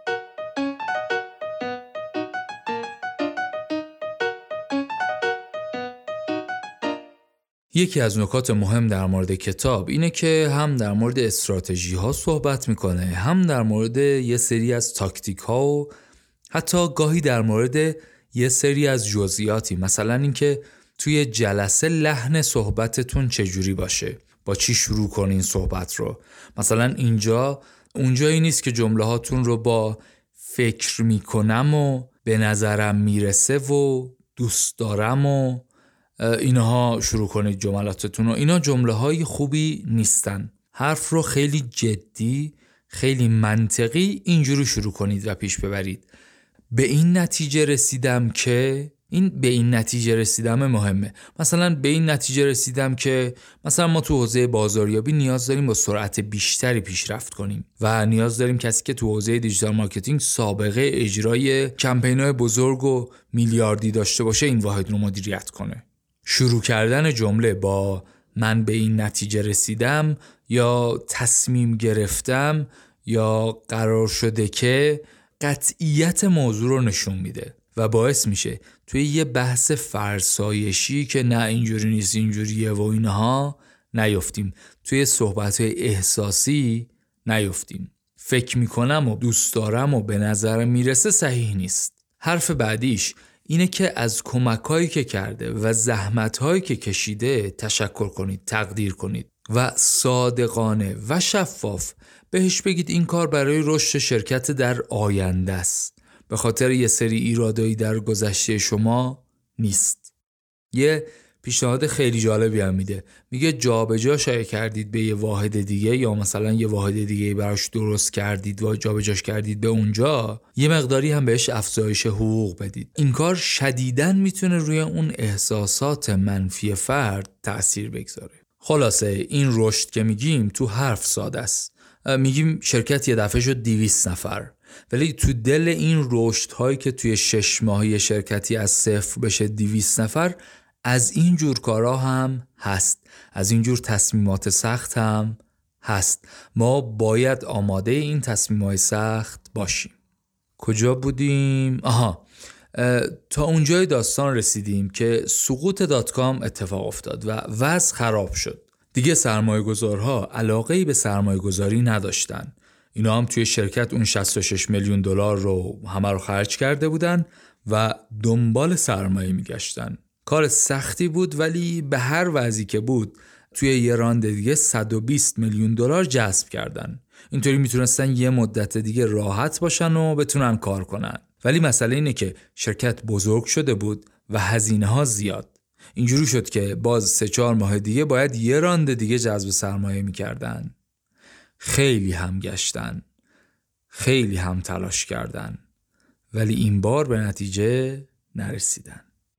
یکی از نکات مهم در مورد کتاب اینه که هم در مورد استراتژی ها صحبت میکنه، هم در مورد یه سری از تاکتیک ها و حتی گاهی در مورد یه سری از جزئیاتی، مثلا اینکه توی جلسه لحن صحبتتون چجوری باشه، با چی شروع کنین صحبت رو. مثلا اینجا اونجایی نیست که جمله هاتون رو با فکر میکنم و به نظرم میرسه و دوست دارم و اینها شروع کنید جملاتتون رو. اینا جمله های خوبی نیستن. حرف رو خیلی جدی، خیلی منطقی اینجوری شروع کنید و پیش ببرید. به این نتیجه رسیدم که، این به این نتیجه رسیدم مهمه. مثلا به این نتیجه رسیدم که مثلا ما تو حوزه بازاریابی نیاز داریم با سرعت بیشتری پیشرفت کنیم و نیاز داریم کسی که تو حوزه دیجیتال مارکتینگ سابقه اجرای کمپین‌های بزرگ و میلیاردی داشته باشه این واحد رو مدیریت کنه. شروع کردن جمله با من به این نتیجه رسیدم یا تصمیم گرفتم یا قرار شده که قطعیت موضوع رو نشون میده و باعث میشه توی یه بحث فرسایشی که نه اینجوری نیست اینجوریه و اینها نیفتیم، توی صحبت‌های احساسی نیفتیم. فکر میکنم و دوست دارم و به نظر میرسه صحیح نیست. حرف بعدیش اینه که از کمک‌هایی که کرده و زحمت‌هایی که کشیده تشکر کنید، تقدیر کنید و صادقانه و شفاف بهش بگید این کار برای رشد شرکت در آینده است، به خاطر یه سری ایرادایی در گذشته شما نیست. یه پیشنهاد خیلی جالبی هم میده، میگه جابجا شایع کردید به یه واحد دیگه یا مثلا یه واحد دیگه براش درست کردید و جابجاش کردید به اونجا، یه مقداری هم بهش افزایش حقوق بدید. این کار شدیداً میتونه روی اون احساسات منفی فرد تأثیر بگذاره. خلاصه این رشد که میگیم تو حرف ساده است. میگیم شرکت یه دفعه شد دویست نفر، ولی تو دل این رشد هایی که توی شش ماهی شرکتی از صفر بشه دویست نفر، از این جور کارا هم هست، از این جور تصمیمات سخت هم هست. ما باید آماده این تصمیمات سخت باشیم. کجا بودیم؟ آها، تا اونجای داستان رسیدیم که سقوط دات کام اتفاق افتاد و وضع خراب شد. دیگه سرمایه گذارها علاقه‌ای به سرمایه گذاری نداشتن. اینا هم توی شرکت اون شصت و شش میلیون دلار رو همه رو خرج کرده بودن و دنبال سرمایه میگشتن. کار سختی بود، ولی به هر وضعی که بود توی یه راند دیگه صد و بیست میلیون دلار جذب کردن. اینطوری میتونستن یه مدت دیگه راحت باشن و بتونن کار کنن. ولی مسئله اینه که شرکت بزرگ شده بود و هزینه ها زیاد. اینجوری شد که باز سه چهار ماه دیگه باید یه راند دیگه جذب سرمایه میکردن. خیلی هم گشتن، خیلی هم تلاش کردن، ولی این بار به نتیجه نرسیدن.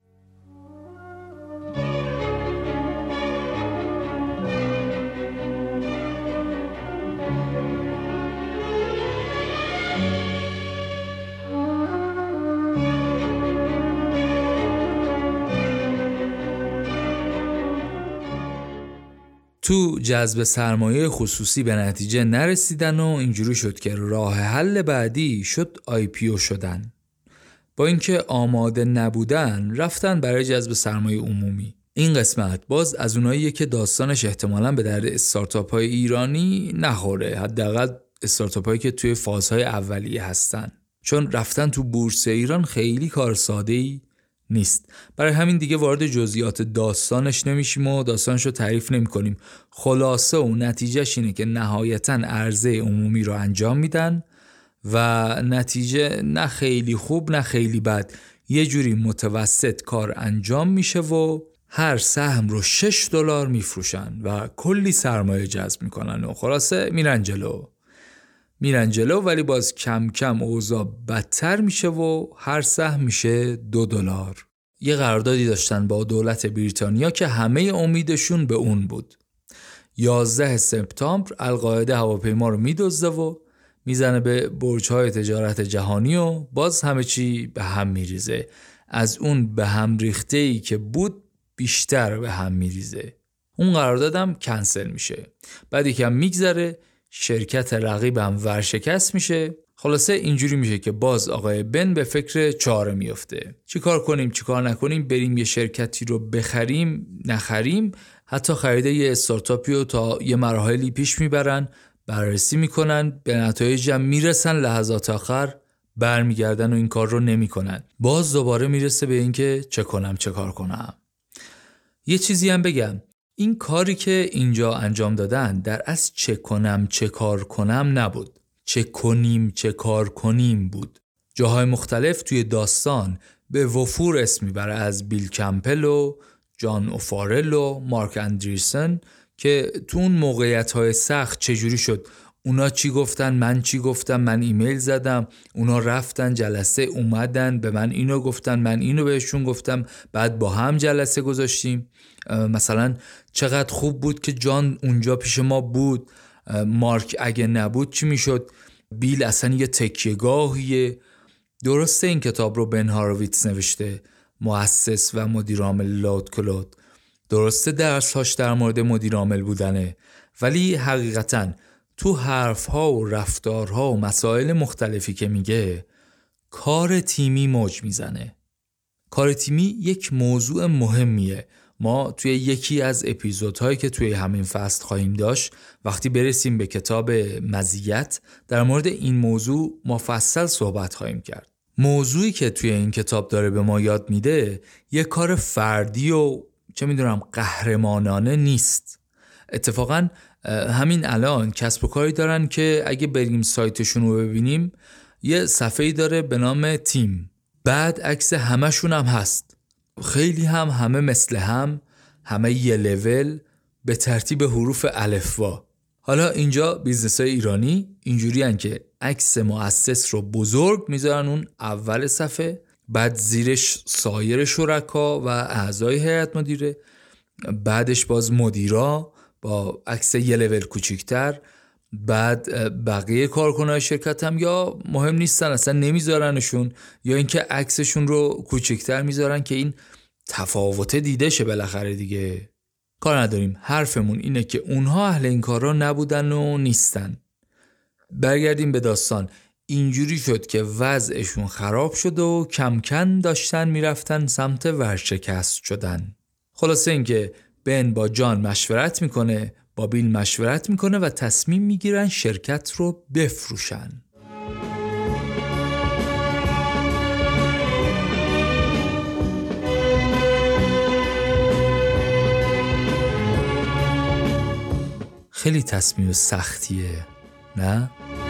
تو جذب سرمایه خصوصی به نتیجه نرسیدن و اینجوری شد که راه حل بعدی شد آی پی او شدن. با اینکه آماده نبودن رفتن برای جذب سرمایه عمومی. این قسمت باز از اوناییه که داستانش احتمالاً به درد استارتاپ های ایرانی نخوره، حداقل استارتاپ هایی که توی فازهای اولیه هستن، چون رفتن تو بورس ایران خیلی کار ساده‌ای نیست. برای همین دیگه وارد جزئیات داستانش نمیشیم و داستانش رو تعریف نمی کنیم. خلاصه و نتیجهش اینه که نهایتاً عرضه عمومی رو انجام میدن و نتیجه نه خیلی خوب نه خیلی بد، یه جوری متوسط کار انجام میشه و هر سهم رو شش دلار میفروشن و کلی سرمایه جذب میکنن و خلاصه میرن جلو میرن جلو ولی باز کم کم اوضاع بدتر میشه و هر سهم میشه دو دلار. یه قراردادی داشتن با دولت بریتانیا که همه امیدشون به اون بود. یازده سپتامبر القاعده هواپیما رو میدزده و میزنه به برج‌های تجارت جهانی و باز همه چی به هم میریزه. از اون به هم ریخته‌ای که بود بیشتر به هم میریزه. اون قراردادم کنسل میشه. بعد یکم میگذره شرکت رقیبم ورشکست میشه. خلاصه اینجوری میشه که باز آقای بن به فکر چاره میفته. چی کار کنیم چی کار نکنیم، بریم یه شرکتی رو بخریم نخریم. حتی خرید یه استارتاپی رو تا یه مراحلی پیش میبرن، بررسی میکنن، به نتایج هم میرسن، لحظات آخر برمیگردن و این کار رو نمیکنن. باز دوباره میرسه به اینکه چه کنم چه کار کنم. یه چیزی هم بگم، این کاری که اینجا انجام دادن در اصل چه کنم چه کار کنم نبود، چه کنیم چه کار کنیم بود. جاهای مختلف توی داستان به وفور اسم میبره، از بیل کمپل و جان اوفارل و مارک اندریسن که تو اون موقعیت‌های سخت چجوری شد، اونا چی گفتن من چی گفتم، من ایمیل زدم اونا رفتن جلسه اومدن به من اینو گفتن من اینو بهشون گفتم، بعد با هم جلسه گذاشتیم. مثلا چقدر خوب بود که جان اونجا پیش ما بود، مارک اگه نبود چی میشد، بیل اصلا یه تکیه‌گاهیه. درسته این کتاب رو بن هارویتز نوشته، مؤسس و مدیرعامل لود کلود، درسته درس‌هاش در مورد مدیرعامل بودنه، ولی حقیقتاً تو حرف‌ها و رفتارها و مسائل مختلفی که میگه کار تیمی موج میزنه. کار تیمی یک موضوع مهمیه. ما توی یکی از اپیزودهایی که توی همین فصل خواهیم داشت، وقتی برسیم به کتاب مزیت، در مورد این موضوع مفصل صحبت خواهیم کرد. موضوعی که توی این کتاب داره به ما یاد میده یک کار فردی و چه میدونم قهرمانانه نیست. اتفاقاً همین الان کسب و کاری دارن که اگه بریم سایتشون رو ببینیم یه صفحه‌ای داره به نام تیم، بعد عکس همشون هم هست، خیلی هم همه مثل هم، همه یه لول به ترتیب حروف الفبا. حالا اینجا بیزنس‌های ایرانی اینجوری هن که عکس مؤسس رو بزرگ میذارن اون اول صفحه، بعد زیرش سایر شرکا و اعضای هیئت مدیره، بعدش باز مدیرا با عکس یه لول کوچیک‌تر، بعد بقیه کارکنای شرکت هم یا مهم نیستن اصلا نمیذارنشون، یا اینکه عکسشون رو کوچیک‌تر میذارن که این تفاوت دیده شه بالاخره دیگه. کار نداریم، حرفمون اینه که اونها اهل این کارا نبودن و نیستن. برگردیم به داستان. اینجوری شد که وضعشون خراب شد و کم کم داشتن میرفتن سمت ورشکست شدن. خلاصه اینکه بن با جان مشورت میکنه، با بیل مشورت میکنه و تصمیم میگیرن شرکت رو بفروشن. خیلی تصمیم سختیه، نه؟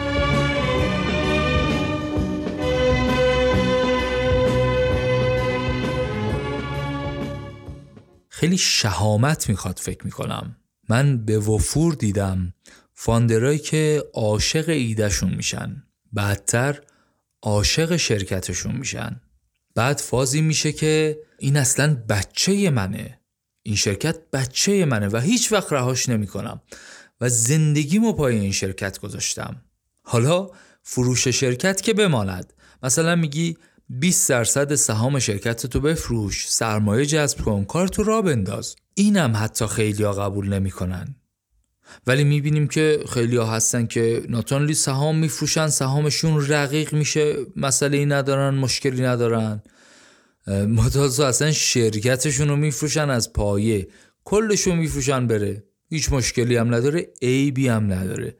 خیلی شهامت میخواد فکر میکنم. من به وفور دیدم فاندرایی که عاشق ایدهشون میشن، بعدتر عاشق شرکتشون میشن. بعد فازی میشه که این اصلا بچه منه، این شرکت بچه منه و هیچ وقت رهاش نمیکنم و زندگیمو پای این شرکت گذاشتم. حالا فروش شرکت که بماند، مثلا میگی بیست درصد سهام شرکت تو بفروش، سرمایه جذب کن، کار تو راه بنداز. اینم حتی خیلی ها قبول نمی کنن. ولی میبینیم که خیلی ها هستن که ناتانلی سهام میفروشن، سهامشون رقیق میشه، مسئله ای ندارن، مشکلی ندارن. متاسا اصلا شرکتشون رو میفروشن از پایه، کلشون میفروشن بره، هیچ مشکلی هم نداره، عیبی هم نداره.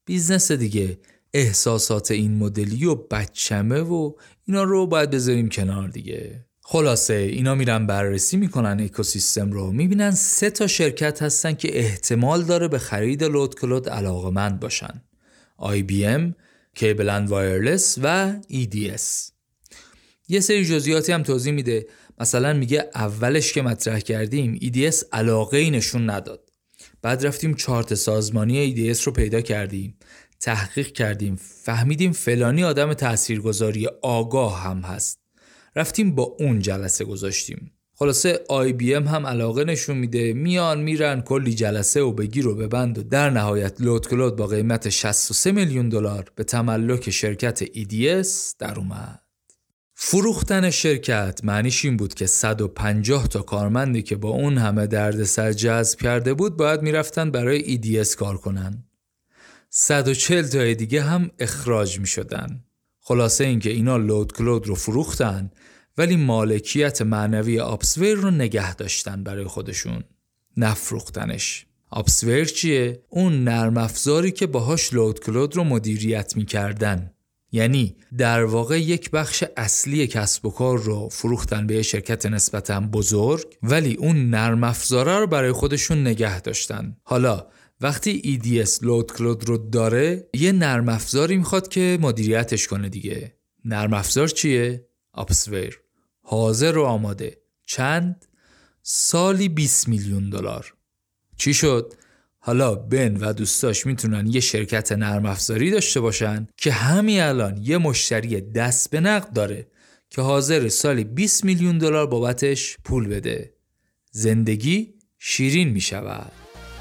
بیزنس دیگه. احساسات این مدلی و بچمه و اینا رو باید بذاریم کنار دیگه. خلاصه اینا میرن بررسی میکنن اکوسیستم رو، میبینن سه تا شرکت هستن که احتمال داره به خرید لودکلود علاقه‌مند باشن: آی بی ام، کیبل اند وایرلس و ای دی اس. یه سری جزئیاتی هم توضیح میده. مثلا میگه اولش که مطرح کردیم ای دی اس علاقه‌ای نشون نداد. بعد رفتیم چارت سازمانی ای دی اس رو پیدا کردیم، تحقیق کردیم، فهمیدیم فلانی آدم تاثیرگذاری آگاه هم هست. رفتیم با اون جلسه گذاشتیم. خلاصه آی بی ام هم علاقه نشون میده، میان میرن کلی جلسه و بگیر و ببند و در نهایت لودکلود با قیمت شصت و سه میلیون دلار به تملک شرکت ای دی اس در اومد. فروختن شرکت معنیش این بود که صد و پنجاه تا کارمندی که با اون همه دردسر جذب کرده بود باید میرفتن برای ای دی اس کار کنن. صد و چهل تا دیگه هم اخراج میشدن. خلاصه این که اینا لودکلود رو فروختن ولی مالکیت معنوی آپسویر رو نگه داشتن برای خودشون، نفروختنش. آپسویر چیه؟ اون نرم افزاری که باهاش لودکلود رو مدیریت میکردن. یعنی در واقع یک بخش اصلی کسب و کار رو فروختن به یه شرکت نسبتاً بزرگ ولی اون نرم افزاره رو برای خودشون نگه داشتن. حالا وقتی ای دی اس لودکلود رو داره یه نرم افزاری میخواد که مدیریتش کنه دیگه. نرم افزار چیه؟ آپسویر. حاضر و آماده. چند؟ سالی بیست میلیون دلار. چی شد؟ حالا بن و دوستاش میتونن یه شرکت نرم افزاری داشته باشن که همین الان یه مشتری دست به نقد داره که حاضر سالی بیست میلیون دلار بابتش پول بده. زندگی شیرین میشود.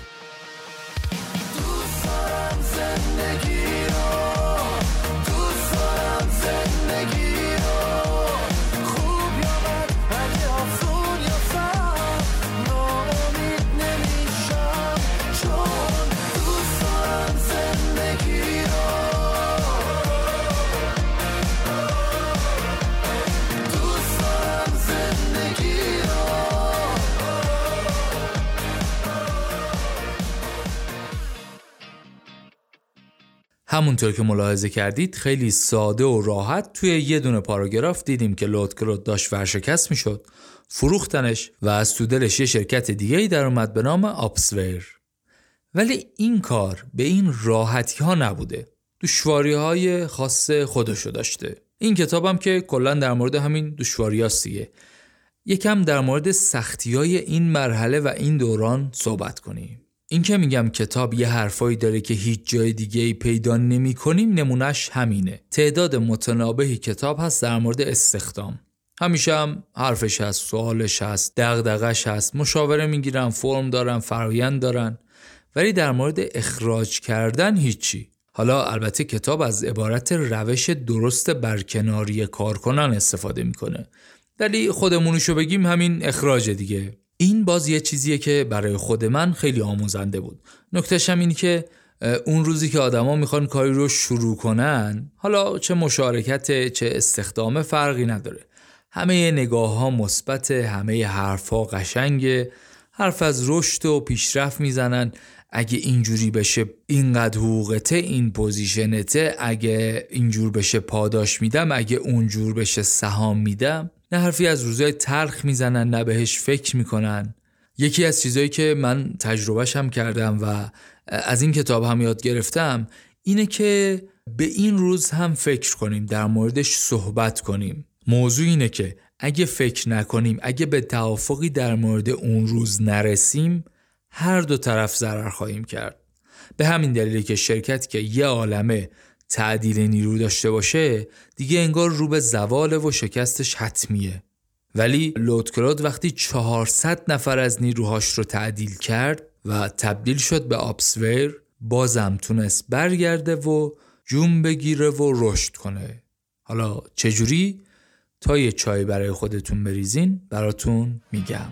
همونطور که ملاحظه کردید خیلی ساده و راحت توی یه دونه پاراگراف دیدیم که لودکلود داشت ورشکست میشد، فروختنش و از تو دلش یه شرکت دیگه‌ای در اومد به نام آپسویر. ولی این کار به این راحتی ها نبوده، دشواری های خاص خودشو داشته. این کتابم که کلا در مورد همین دشواری هاست دیگه. یکم در مورد سختی های این مرحله و این دوران صحبت کنیم. این که میگم کتاب یه حرفایی داره که هیچ جای دیگه ای پیدا نمی کنیم نمونش همینه. تعداد متنابهی کتاب هست در مورد استخدام. همیشه هم حرفش هست، سوالش هست، دغدغش هست، مشاوره میگیرن، فرم دارن، فرآیند دارن، ولی در مورد اخراج کردن هیچی. حالا البته کتاب از عبارت روش درست برکناری کارکنان استفاده میکنه، ولی خودمونشو بگیم همین اخراج دیگه. این باز یه چیزیه که برای خود من خیلی آموزنده بود. نکتهش هم این که اون روزی که آدما میخوان کاری رو شروع کنن، حالا چه مشارکت چه استخدام فرقی نداره، همه نگاه ها مثبت، همه حرف ها قشنگه، حرف از رشد و پیشرفت میزنن. اگه اینجوری بشه اینقدر حقوقته، این پوزیشنته، اگه اینجور بشه پاداش میدم، اگه اونجور بشه سهام میدم. نه حرفی از روزای تلخ میزنن، نه بهش فکر میکنن. یکی از چیزایی که من تجربهش هم کردم و از این کتاب هم یاد گرفتم اینه که به این روز هم فکر کنیم، در موردش صحبت کنیم. موضوع اینه که اگه فکر نکنیم، اگه به توافقی در مورد اون روز نرسیم، هر دو طرف ضرر خواهیم کرد. به همین دلیله که شرکت که یه عالمه تعدیل نیرو داشته باشه دیگه انگار رو به زوال و شکستش حتمیه. ولی لودکلود وقتی چهارصد نفر از نیروهاش رو تعدیل کرد و تبدیل شد به آپسویر، بازم تونست برگرده و جون بگیره و رشد کنه. حالا چجوری؟ تا یه چای برای خودتون بریزین براتون میگم.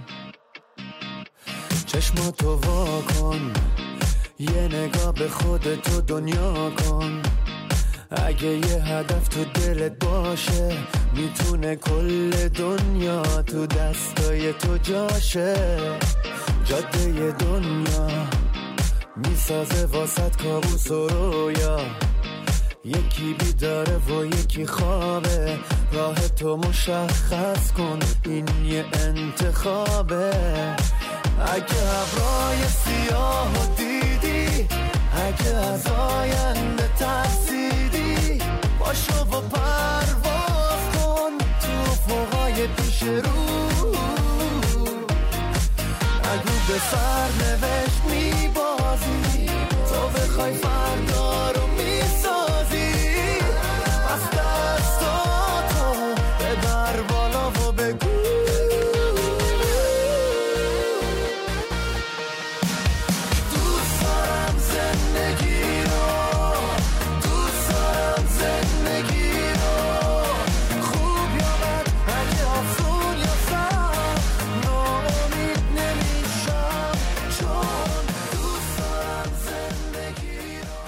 چشماتو وا کن، یه نگاه به خودتو دنیا کن. اگه یه هدف تو دلت باشه، میتونه کل دنیا تو دستای تو جاشه. جاده دنیا میسازه واسط کابوس و رویا، یکی بیداره و یکی خوابه، راه تو مشخص کن این یه انتخابه. اگه ابرای سیاه دیدی، اگه از آینده ترسیدی، باشو و پرواز کن تو فوقای پیش رو. اگه به سرنوشت میبازی، تو بخوای فردا رو میسازی، از دستاتو ببر بالا و بگو دوست دارم زندگی رو، دوست دارم زندگی رو، خوب یا بد، اگه آسون یا سخت، ناامید نمیشم چون دوست دارم زندگی رو.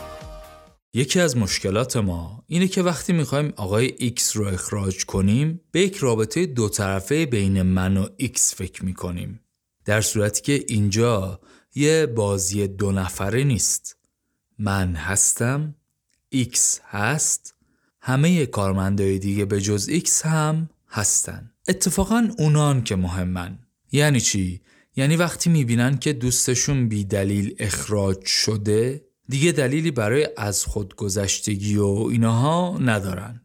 یکی از مشکلات ما اینه که وقتی میخوایم آقای ایکس رو اخراج کنیم به یک رابطه دو طرفه بین من و ایکس فکر میکنیم، در صورتی که اینجا یه بازی دو نفره نیست. من هستم، ایکس هست، همه کارمندای دیگه به جز ایکس هم هستن. اتفاقا اونان که مهمن. یعنی چی؟ یعنی وقتی میبینن که دوستشون بی دلیل اخراج شده دیگه دلیلی برای از خودگذشتگی و اینها ندارن.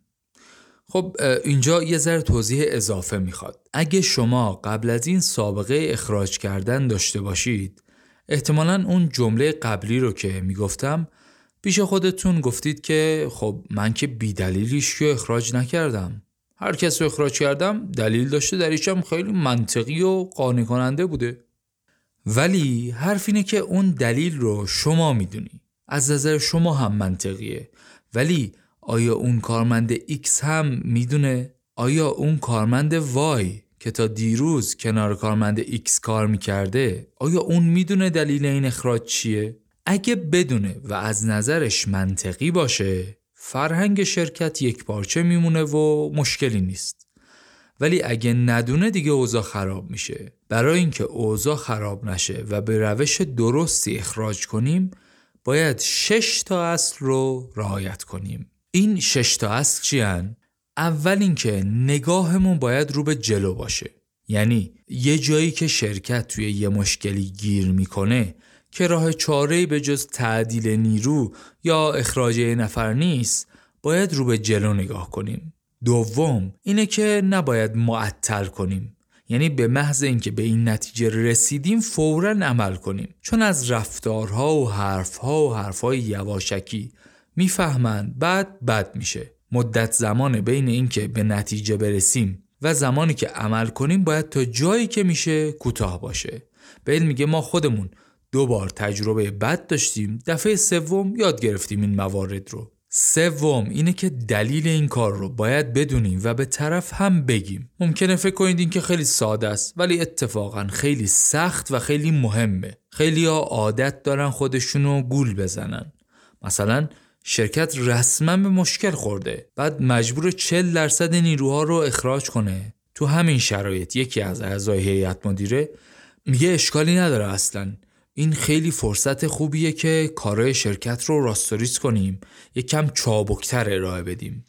خب اینجا یه ذره توضیح اضافه میخواد. اگه شما قبل از این سابقه اخراج کردن داشته باشید، احتمالاً اون جمله قبلی رو که میگفتم پیش خودتون گفتید که خب من که بی دلیلیش که اخراج نکردم. هر کس رو اخراج کردم دلیل داشته، دلیلش خیلی منطقی و قانع کننده بوده. ولی حرف اینه که اون دلیل رو شما میدونی، از نظر شما هم منطقیه، ولی آیا اون کارمند ایکس هم میدونه؟ آیا اون کارمند وای که تا دیروز کنار کارمند ایکس کار میکرده، آیا اون میدونه دلیل این اخراج چیه؟ اگه بدونه و از نظرش منطقی باشه، فرهنگ شرکت یک پارچه میمونه و مشکلی نیست. ولی اگه ندونه دیگه اوضاع خراب میشه. برای اینکه اوضاع خراب نشه و به روش درستی اخراج کنیم، باید شش تا اصل رو رعایت کنیم. این شش تا اصل چی هن؟ اول اینکه نگاهمون باید رو به جلو باشه. یعنی یه جایی که شرکت توی یه مشکلی گیر میکنه که راه چاره‌ای به جز تعدیل نیرو یا اخراج یه نفر نیست، باید رو به جلو نگاه کنیم. دوم اینه که نباید معطل کنیم. یعنی به محض اینکه به این نتیجه رسیدیم فوراً عمل کنیم، چون از رفتارها و حرفها و حرفهای یواشکی میفهمند بعد بد میشه. مدت زمان بین اینکه به نتیجه برسیم و زمانی که عمل کنیم باید تا جایی که میشه کوتاه باشه. بیل میگه ما خودمون دو بار تجربه بد داشتیم، دفعه سوم یاد گرفتیم این موارد رو. سوم اینه که دلیل این کار رو باید بدونیم و به طرف هم بگیم. ممکنه فکر کنید این که خیلی ساده است، ولی اتفاقا خیلی سخت و خیلی مهمه. خیلی ها عادت دارن خودشونو گول بزنن. مثلا شرکت رسما به مشکل خورده، بعد مجبور چهل درصد نیروها رو اخراج کنه. تو همین شرایط یکی از اعضای هیئت مدیره میگه اشکالی نداره، اصلاً این خیلی فرصت خوبیه که کارهای شرکت رو راستوریز کنیم، یک کم چابکتر ارائه بدیم.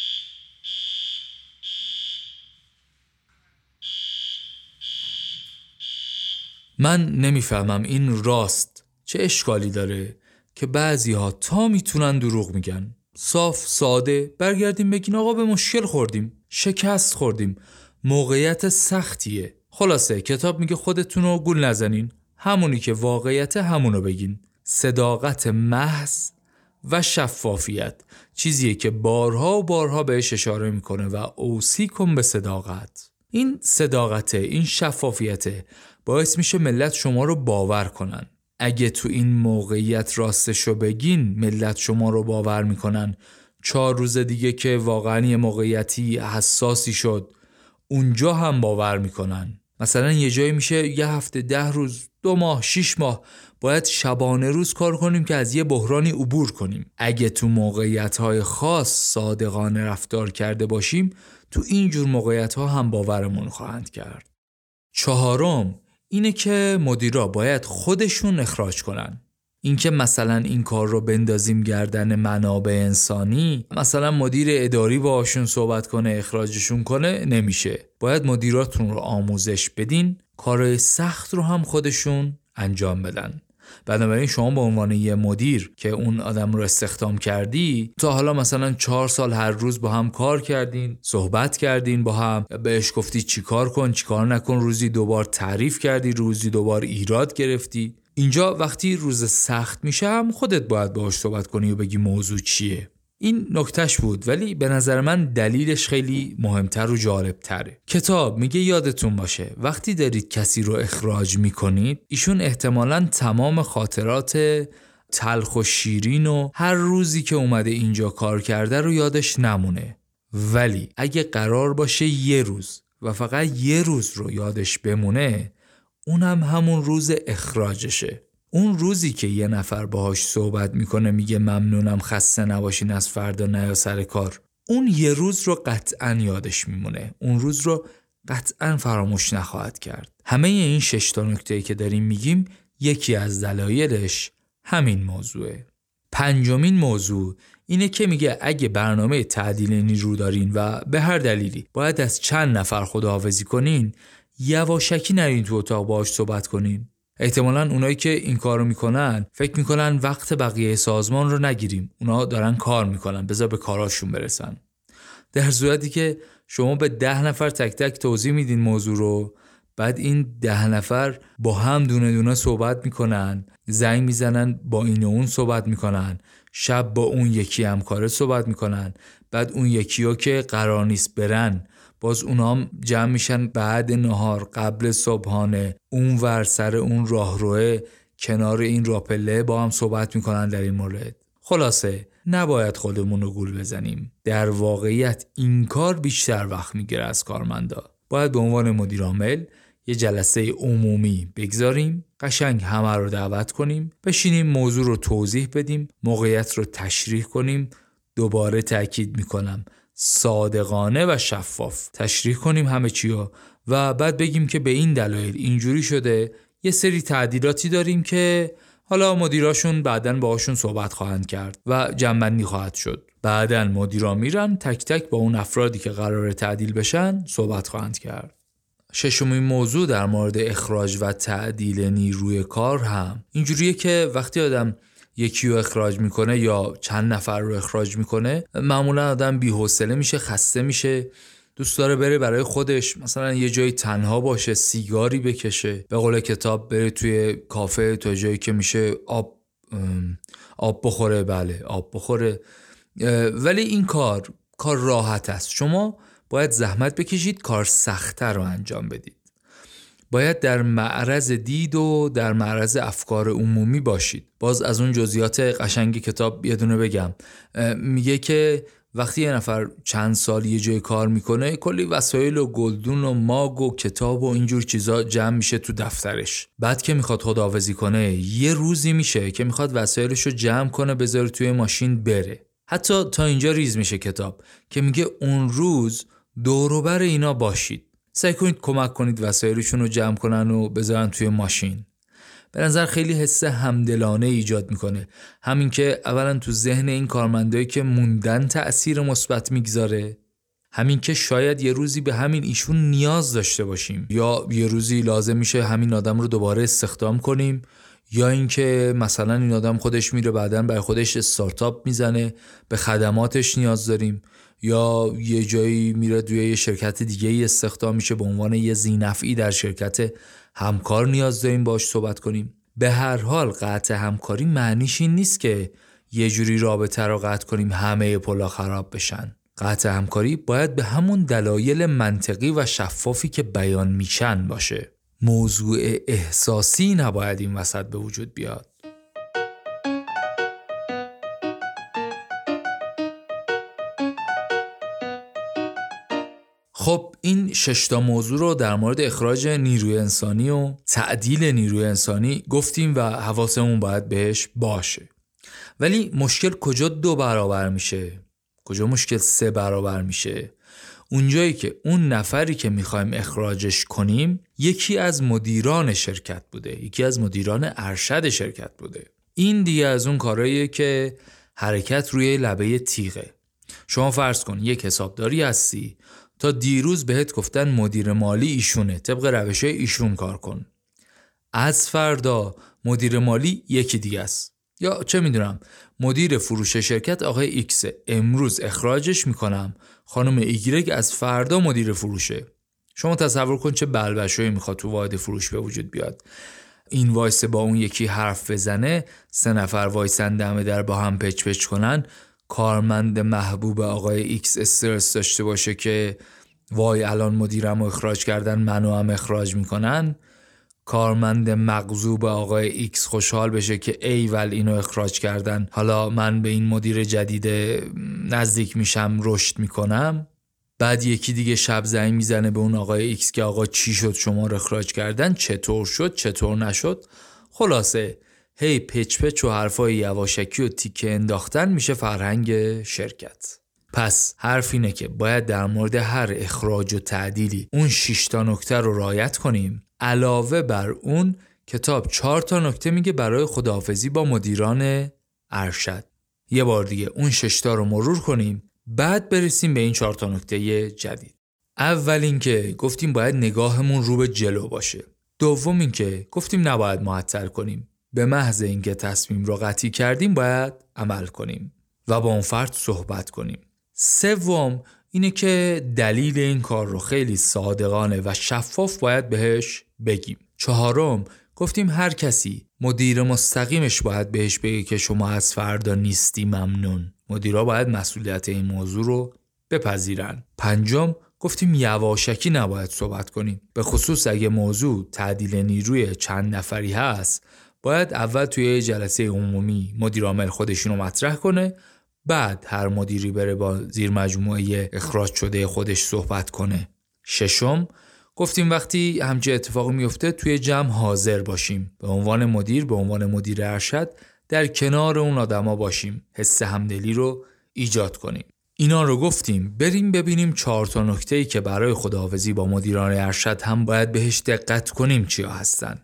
من نمیفهمم این راست چه اشکالی داره که بعضی ها تا میتونن دروغ میگن. صاف ساده برگردیم بگین آقا به مشکل خوردیم، شکست خوردیم، موقعیت سختیه. خلاصه کتاب میگه خودتون رو گول نزنین، همونی که واقعیت همونو بگین. صداقت محض و شفافیت چیزیه که بارها و بارها بهش اشاره میکنه و اوصیکم به صداقت. این صداقت، این شفافیت باعث میشه ملت شما رو باور کنن. اگه تو این موقعیت راستشو بگین ملت شما رو باور میکنن. چهار روز دیگه که واقعا یه موقعیتی حساسی شد اونجا هم باور میکنن. مثلا یه جایی میشه یه هفته، ده روز، دو ماه، شش ماه باید شبانه روز کار کنیم که از یه بحرانی عبور کنیم. اگه تو موقعیت‌های خاص صادقانه رفتار کرده باشیم تو اینجور موقعیت‌ها هم باورمون خواهند کرد. چهارم اینه که مدیرا باید خودشون اخراج کنن. اینکه مثلا این کار رو بندازیم گردن منابع انسانی، مثلا مدیر اداری باهاشون صحبت کنه اخراجشون کنه، نمیشه. باید مدیراتون رو آموزش بدین کارهای سخت رو هم خودشون انجام بدن. بنابراین شما به عنوان یه مدیر که اون آدم رو استخدام کردی، تا حالا مثلا چهار سال هر روز با هم کار کردین، صحبت کردین با هم، بهش گفتی چی کار کن چی کار نکن، روزی دوبار تعریف کردی، روزی دوبار ایراد گرفتی. اینجا وقتی روز سخت میشه هم خودت باید باهاش صحبت کنی و بگی موضوع چیه. این نکتهش بود، ولی به نظر من دلیلش خیلی مهمتر و جالبتره. کتاب میگه یادتون باشه وقتی دارید کسی رو اخراج میکنید، ایشون احتمالاً تمام خاطرات تلخ و شیرین و هر روزی که اومده اینجا کار کرده رو یادش نمونه. ولی اگه قرار باشه یه روز و فقط یه روز رو یادش بمونه، اونم همون روز اخراجشه. اون روزی که یه نفر باهاش صحبت میکنه میگه ممنونم خسته نباشین از فردا نیا سر کار، اون یه روز رو قطعاً یادش میمونه، اون روز رو قطعاً فراموش نخواهد کرد. همه این شش تا نکته‌ای که داریم میگیم یکی از دلایلش همین موضوعه. پنجمین موضوع اینه که میگه اگه برنامه تعدیل نیرو دارین و به هر دلیلی باید از چند نفر خداحافظی کنین، یواشکی نرین تو اتاق باهاش صحبت کنین. احتمالاً اونایی که این کارو میکنن فکر میکنن وقت بقیه سازمان رو نگیریم، اونا دارن کار میکنن بذار به کاراشون برسن. در صورتی که شما به ده نفر تک تک توضیح میدین موضوع رو، بعد این ده نفر با هم دونه دونه صحبت میکنن، زنگ میزنن با این و اون صحبت میکنن، شب با اون یکی همکاره صحبت میکنن، بعد اون یکی ها که قرار نیست برن باز اونا هم جمع میشن بعد نهار قبل صبحانه اون ور سر اون راهروه کنار این راپله با هم صحبت میکنن در این مورد. خلاصه نباید خودمون رو گول بزنیم. در واقعیت این کار بیشتر وقت میگیره از کارمندا. باید به عنوان مدیر عامل یه جلسه عمومی بگذاریم، قشنگ همه رو دعوت کنیم، بشینیم موضوع رو توضیح بدیم، موقعیت رو تشریح کنیم. دوباره تأکید میکنم صادقانه و شفاف تشریح کنیم همه چیو و بعد بگیم که به این دلایل اینجوری شده، یه سری تعدیلاتی داریم که حالا مدیراشون بعداً باهاشون صحبت خواهند کرد و جمع‌بندی خواهد شد. بعداً مدیرا میرن تک تک با اون افرادی که قراره تعدیل بشن صحبت خواهند کرد. ششمین موضوع در مورد اخراج و تعدیل نیروی کار هم اینجوریه که وقتی آدم یکی رو اخراج میکنه یا چند نفر رو اخراج میکنه، معمولا آدم بی‌حوصله میشه، خسته میشه، دوست داره بره برای خودش مثلا یه جایی تنها باشه، سیگاری بکشه، به قول کتاب بره توی کافه تا جایی که میشه آب آب بخوره. بله آب بخوره. ولی این کار کار راحت است. شما باید زحمت بکشید، کار سخت‌تر رو انجام بدید. باید در معرض دید و در معرض افکار عمومی باشید. باز از اون جزئیات قشنگ کتاب یه دونه بگم. میگه که وقتی یه نفر چند سال یه جای کار میکنه، کلی وسایل و گلدون و ماگ و کتاب و اینجور چیزا جمع میشه تو دفترش. بعد که میخواد خداحافظی کنه، یه روزی میشه که میخواد وسایلش رو جمع کنه بذاره توی ماشین بره. حتی تا اینجا ریز میشه کتاب که میگه اون روز دور و بر اینا باشید. سعی کنید کمک کنید وسایلشون رو جمع کنن و بذارن توی ماشین. به نظر خیلی حس همدلانه ایجاد میکنه. همین که اولا تو ذهن این کارمندایی که موندن تأثیر مثبت میگذاره، همین که شاید یه روزی به همین ایشون نیاز داشته باشیم یا یه روزی لازم میشه همین آدم رو دوباره استخدام کنیم، یا اینکه مثلا این آدم خودش میره بعداً برای خودش استارتاپ میزنه، به خدماتش نیاز داریم، یا یه جایی میره توی یه شرکت دیگه ای استخدام میشه به عنوان یه ذی‌نفعی در شرکت همکار نیاز داریم باهاش صحبت کنیم. به هر حال قطع همکاری معنیش این نیست که یه جوری رابطه رو قطع کنیم همه پلا خراب بشن. قطع همکاری باید به همون دلایل منطقی و شفافی که بیان میشن باشه. موضوع احساسی نباید این وسط به وجود بیاد. خب این شش تا موضوع رو در مورد اخراج نیروی انسانی و تعدیل نیروی انسانی گفتیم و حواسمون باید بهش باشه. ولی مشکل کجا دو برابر میشه؟ کجا مشکل سه برابر میشه؟ اونجایی که اون نفری که میخوایم اخراجش کنیم یکی از مدیران شرکت بوده، یکی از مدیران ارشد شرکت بوده. این دیگه از اون کارهاییه که حرکت روی لبه تیغه. شما فرض کن یک حسابداری هستی، تا دیروز بهت گفتن مدیر مالی ایشونه، طبق روشه ایشون کار کن. از فردا مدیر مالی یکی دیگه است. یا چه میدونم مدیر فروش شرکت آقای ایکس، امروز اخراجش میکنم، خانم ایگرگ از فردا مدیر فروشه. شما تصور کن چه بلبشویی میخواد تو واحد فروش به وجود بیاد. این وایس با اون یکی حرف بزنه، سه نفر وایسن دم در با هم پچ پچ کنن، کارمند محبوب آقای ایکس استرس داشته باشه که وای الان مدیرم رو اخراج کردن، منو هم اخراج میکنن. کارمند مغضوب آقای ایکس خوشحال بشه که ایول اینو اخراج کردن، حالا من به این مدیر جدید نزدیک میشم، رشد میکنم. بعد یکی دیگه شب زنگ میزنه به اون آقای ایکس که آقا چی شد شما رو اخراج کردن، چطور شد چطور نشد. خلاصه هی پچ پچ و حرفای یواشکی و تیکه انداختن میشه فرهنگ شرکت. پس حرف اینه که باید در مورد هر اخراج و تعدیلی اون شش تا نکته رو رعایت کنیم. علاوه بر اون کتاب چهار تا نکته میگه برای خداحافظی با مدیران ارشد. یه بار دیگه اون شش تا رو مرور کنیم، بعد برسیم به این چهار تا نکته جدید. اول این که گفتیم باید نگاهمون رو به جلو باشه. دوم این که گفتیم نباید معطل کنیم. به محض اینکه تصمیم رو قطعی کردیم باید عمل کنیم و با اون فرد صحبت کنیم. سوم اینه که دلیل این کار رو خیلی صادقانه و شفاف باید بهش بگیم. چهارم گفتیم هر کسی مدیر مستقیمش باید بهش بگه که شما از فردا نیستی ممنون. مدیرها باید مسئولیت این موضوع رو بپذیرن. پنجم گفتیم یواشکی نباید صحبت کنیم، به خصوص اگه موضوع تعدیل نیروی چند نفری هست. باید اول توی جلسه عمومی مدیر عامل خودشون رو مطرح کنه، بعد هر مدیری بره با زیر مجموعه اخراج شده خودش صحبت کنه. ششم گفتیم وقتی همچین اتفاقی میفته توی جمع حاضر باشیم، به عنوان مدیر، به عنوان مدیر ارشد در کنار اون آدما باشیم، حس همدلی رو ایجاد کنیم. اینا رو گفتیم، بریم ببینیم چهار تا نکته‌ای که برای خداحافظی با مدیران ارشد هم باید بهش دقت کنیم چیا هستن.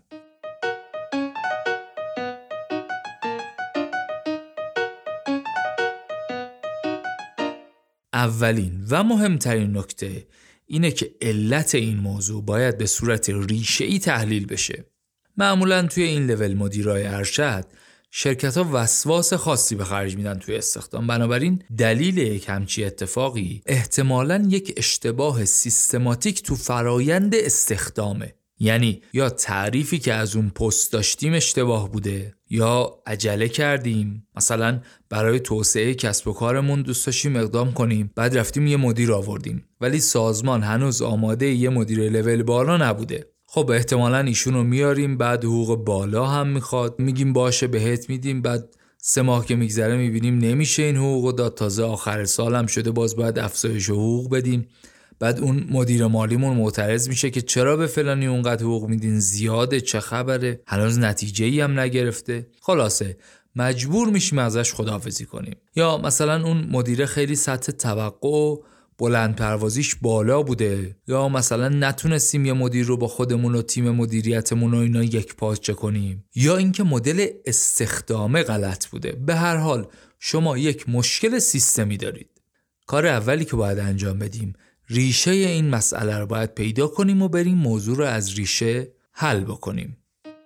اولین و مهمترین نکته اینه که علت این موضوع باید به صورت ریشه‌ای تحلیل بشه. معمولاً توی این لول مدیرای ارشد شرکت‌ها وسواس خاصی به خرج میدن توی استخدام، بنابراین دلیل یک همچی اتفاقی احتمالاً یک اشتباه سیستماتیک تو فرایند استخدامه. یعنی یا تعریفی که از اون پست داشتیم اشتباه بوده، یا عجله کردیم، مثلا برای توسعه کسب و کارمون دوست داشتیم اقدام کنیم، بعد رفتیم یه مدیر آوردیم ولی سازمان هنوز آماده یه مدیر لول بالا نبوده. خب احتمالاً ایشونو میاریم، بعد حقوق بالا هم میخواد، میگیم باشه بهت میدیم، بعد سه ماه که میگذره میبینیم نمیشه این حقوقو داد، تازه آخر سال هم شده باز باید افزایش حقوق بدیم. بعد اون مدیر مالیمون معترض میشه که چرا به فلانی اونقدر حقوق میدین، زیاده، چه خبره، هنوز نتیجه‌ای هم نگرفته. خلاصه مجبور میشیم ازش خداحافظی کنیم. یا مثلا اون مدیر خیلی سطح توقع و بلند پروازیش بالا بوده، یا مثلا نتونستیم یه مدیر رو با خودمون و تیم مدیریتمون و اینا یک پارچه کنیم، یا اینکه مدل استخدام غلط بوده. به هر حال شما یک مشکل سیستمی دارید. کار اولی که باید انجام بدیم ریشه این مسئله رو باید پیدا کنیم و بریم موضوع رو از ریشه حل بکنیم.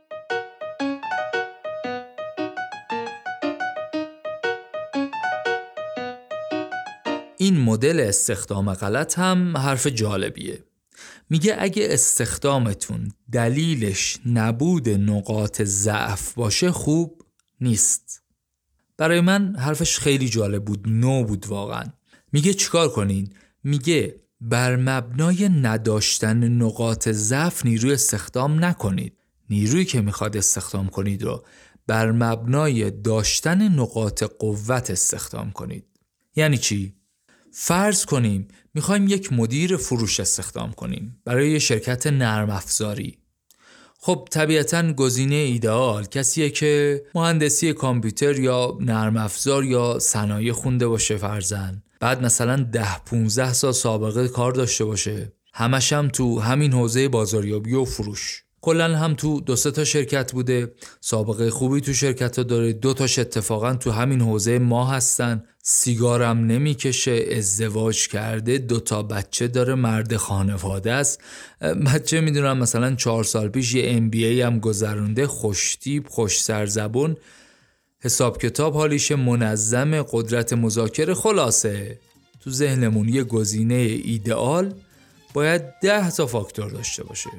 این مدل استخدام غلط هم حرف جالبیه. میگه اگه استخدامتون دلیلش نبود نقاط ضعف باشه خوب نیست. برای من حرفش خیلی جالب بود، نو بود واقعا. میگه چیکار کنین؟ میگه بر مبنای نداشتن نقاط ضعف نیروی استخدام نکنید. نیرویی که میخواد استخدام کنید رو بر مبنای داشتن نقاط قوت استخدام کنید. یعنی چی؟ فرض کنیم میخوایم یک مدیر فروش استخدام کنیم برای یک شرکت نرم افزاری. خب طبیعتاً گزینه ایدئال کسیه که مهندسی کامپیوتر یا نرم افزار یا صنایع خونده باشه فرضاً، بعد مثلا ده پونزده سال سابقه کار داشته باشه، همش هم تو همین حوزه بازاریابی و فروش. کلن هم تو دو سه تا شرکت بوده، سابقه خوبی تو شرکت ها داره، دو تاش اتفاقا تو همین حوزه ما هستن، سیگارم نمیکشه، ازدواج کرده، دو تا بچه داره، مرد خانواده است. بچه میدونم مثلا چهار سال پیش یه ام بی ای هم گذرونده، خوشتیپ، خوش سرزبون، حساب کتاب حالیش منظم، قدرت مذاکره. خلاصه تو ذهنمون یه گزینه ایدئال باید ده تا فاکتور داشته باشه.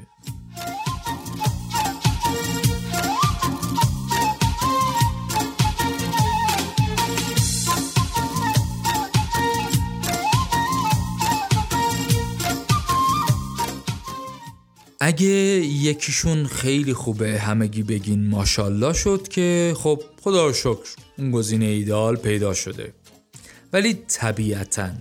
اگه یکیشون خیلی خوبه، همگی بگین ماشاءالله شد که خب خدا رو شکر اون گزینه ایدئال پیدا شده. ولی طبیعتاً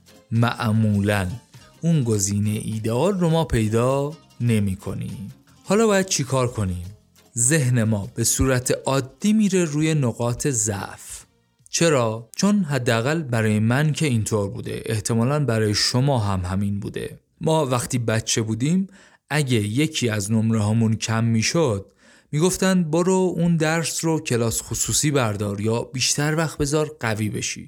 معمولاً اون گزینه ایدئال رو ما پیدا نمی کنیم. حالا باید چی کار کنیم؟ ذهن ما به صورت عادی میره روی نقاط ضعف. چرا؟ چون حداقل برای من که اینطور بوده، احتمالاً برای شما هم همین بوده. ما وقتی بچه بودیم اگه یکی از نمره هامون کم میشد میگفتن برو اون درس رو کلاس خصوصی بردار یا بیشتر وقت بذار قوی بشی.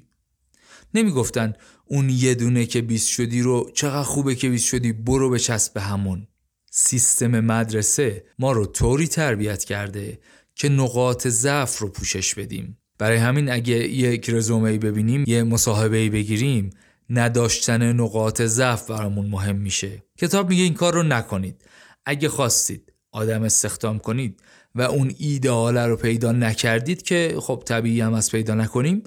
نمیگفتن اون یه دونه که بیست شدی رو چقدر خوبه که بیست شدی برو بچسب به همون. سیستم مدرسه ما رو طوری تربیت کرده که نقاط ضعف رو پوشش بدیم. برای همین اگه یک رزومه‌ای ببینیم، یه مصاحبه‌ای بگیریم، نداشتن نقاط ضعف برامون مهم میشه. کتاب میگه این کار رو نکنید. اگه خواستید آدم استخدام کنید و اون ایدئال رو پیدا نکردید که خب طبیعی هم از پیدا نکنیم،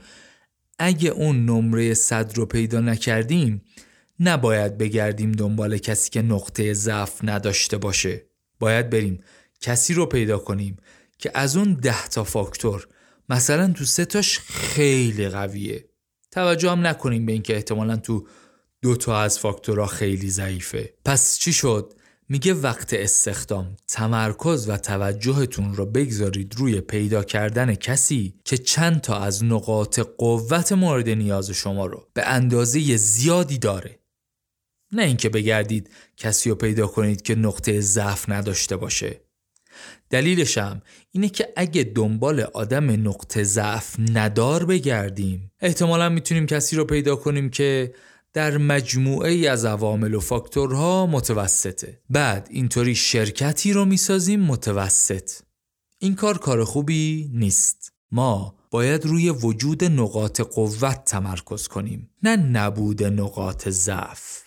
اگه اون نمره صد رو پیدا نکردیم نباید بگردیم دنبال کسی که نقطه ضعف نداشته باشه. باید بریم کسی رو پیدا کنیم که از اون ده تا فاکتور مثلا تو سه تاش خیلی قویه. توجه هم نکنیم به اینکه احتمالاً تو دو تا از فاکتورها خیلی ضعیفه. پس چی شد؟ میگه وقت استخدام تمرکز و توجهتون رو بگذارید روی پیدا کردن کسی که چند تا از نقاط قوت مورد نیاز شما رو به اندازه زیادی داره. نه اینکه بگردید کسی رو پیدا کنید که نقطه ضعف نداشته باشه. دلیلش هم اینه که اگه دنبال آدم نقطه ضعف ندار بگردیم، احتمالاً میتونیم کسی رو پیدا کنیم که در مجموعه ای از عوامل و فاکتورها متوسطه. بعد اینطوری شرکتی رو میسازیم متوسط. این کار کار خوبی نیست. ما باید روی وجود نقاط قوت تمرکز کنیم، نه نبود نقاط ضعف.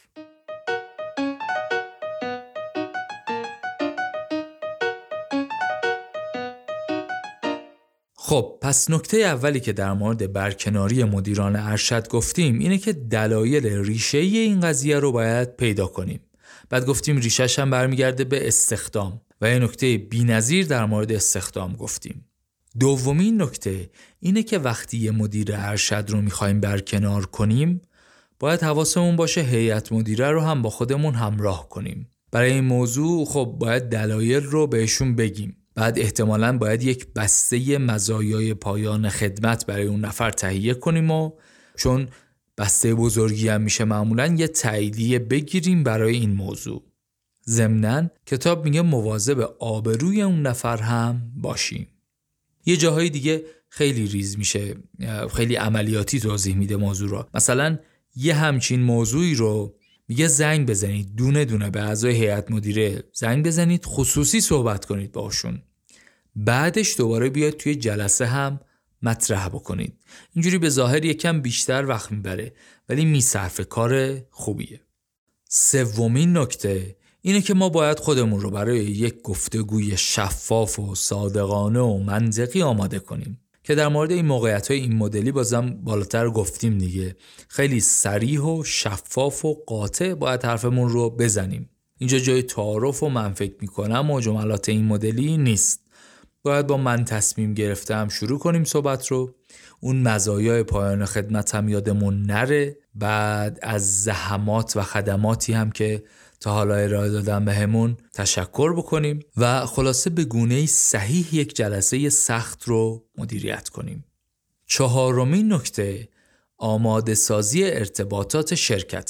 خب پس نکته اولی که در مورد برکناری مدیران ارشد گفتیم اینه که دلایل ریشه این قضیه رو باید پیدا کنیم. بعد گفتیم ریشه‌ش هم برمیگرده به استخدام و یه نکته بی‌نظیر در مورد استخدام گفتیم. دومین نکته اینه که وقتی یه مدیر ارشد رو می‌خوایم برکنار کنیم باید حواسمون باشه هیئت مدیره رو هم با خودمون همراه کنیم. برای این موضوع خب باید دلایل رو بهشون بگیم. بعد احتمالاً باید یک بسته مزایای پایان خدمت برای اون نفر تهیه کنیم و چون بسته بزرگی هم میشه معمولاً یه تاییدیه بگیریم برای این موضوع. ضمناً کتاب میگه مواظب آبروی اون نفر هم باشیم. یه جاهای دیگه خیلی ریز میشه، خیلی عملیاتی توضیح میده موضوع رو. مثلا یه همچین موضوعی رو میگه زنگ بزنید دونه دونه به اعضای هیئت مدیره، زنگ بزنید خصوصی صحبت کنید باشون. بعدش دوباره بیاید توی جلسه هم مطرح بکنید. اینجوری به ظاهر یکم بیشتر وقت میبره ولی میصرفه، کار خوبیه. سومین نکته اینه که ما باید خودمون رو برای یک گفتگوی شفاف و صادقانه و منطقی آماده کنیم که در مورد این موقعیت‌های این مدلی بازم بالاتر گفتیم دیگه. خیلی صریح و شفاف و قاطع باید حرفمون رو بزنیم. اینجا جای تعارف و من فکر میکنم و جملات این مدلی نیست. باید با من تصمیم گرفتم شروع کنیم صحبت رو. اون مزایای پایان خدمت هم یادمون نره. بعد از زحمات و خدماتی هم که تا حالا ارائه دادن بهمون تشکر بکنیم و خلاصه به گونه‌ای صحیح یک جلسه سخت رو مدیریت کنیم. چهارمین نکته آماده سازی ارتباطات شرکته.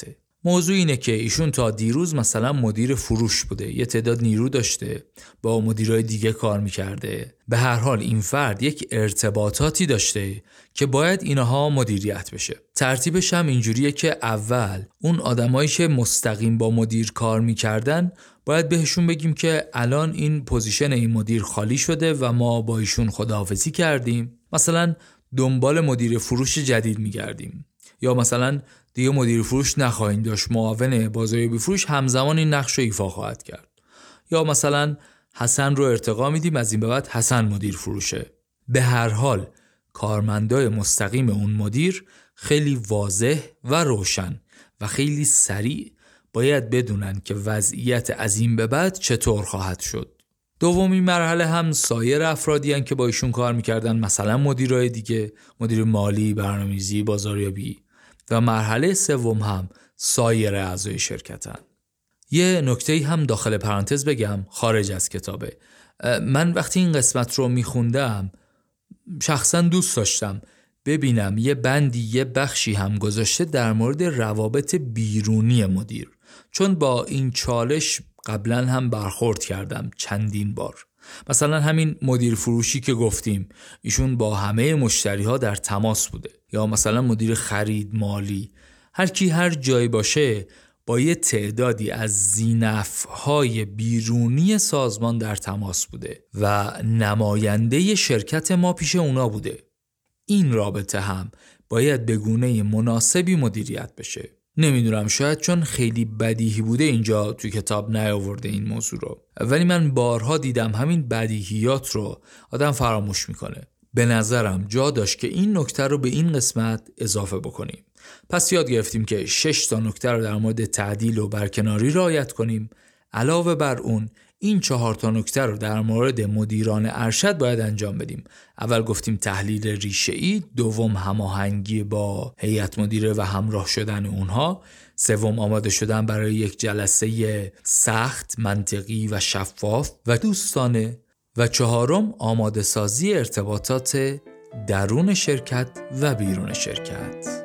موضوع اینه که ایشون تا دیروز مثلا مدیر فروش بوده، یه تعداد نیرو داشته، با مدیرای دیگه کار میکرده. به هر حال این فرد یک ارتباطاتی داشته که باید اینها مدیریت بشه. ترتیبش هم اینجوریه که اول اون آدمایی که مستقیم با مدیر کار میکردن باید بهشون بگیم که الان این پوزیشن این مدیر خالی شده و ما با ایشون خداحافظی کردیم، مثلا دنبال مدیر فروش جدید میگردیم، یا مثلا دیگه مدیر فروش نخواهیم داشت، معاون بازاریابی فروش همزمان این نقش رو ایفا خواهد کرد، یا مثلا حسن رو ارتقا میدیم، از این به بعد حسن مدیر فروشه. به هر حال کارمندای مستقیم اون مدیر خیلی واضح و روشن و خیلی سریع باید بدونن که وضعیت از این به بعد چطور خواهد شد. دومین مرحله هم سایر افرادی هن که با ایشون کار میکردن، مثلا مدیرای دیگه، مدیر مالی، برنامه‌ریزی، بازاریابی. و مرحله سوم هم سایر اعضای شرکتن. یه نکته‌ای هم داخل پرانتز بگم خارج از کتابه. من وقتی این قسمت رو میخوندم شخصا دوست داشتم ببینم یه بندی یه بخشی هم گذاشته در مورد روابط بیرونی مدیر، چون با این چالش قبلا هم برخورد کردم چندین بار. مثلا همین مدیر فروشی که گفتیم ایشون با همه مشتری ها در تماس بوده، یا مثلا مدیر خرید، مالی، هر کی هر جایی باشه با یه تعدادی از ذی‌نفع‌های بیرونی سازمان در تماس بوده و نماینده شرکت ما پیش اونا بوده. این رابطه هم باید به گونه مناسبی مدیریت بشه. نمیدونم، شاید چون خیلی بدیهی بوده اینجا توی کتاب نیاورده این موضوع رو، ولی من بارها دیدم همین بدیهیات رو آدم فراموش میکنه. به نظرم جا داشت که این نکته رو به این قسمت اضافه بکنیم. پس یاد گرفتیم که شش تا نکته رو در مورد تعدیل و برکناری رعایت کنیم. علاوه بر اون این چهار تا نکته رو در مورد مدیران ارشد باید انجام بدیم. اول گفتیم تحلیل ریشه‌ای، دوم هماهنگی با هیئت مدیره و همراه شدن اونها، سوم آماده شدن برای یک جلسه سخت، منطقی و شفاف و دوستانه، و چهارم آماده سازی ارتباطات درون شرکت و بیرون شرکت.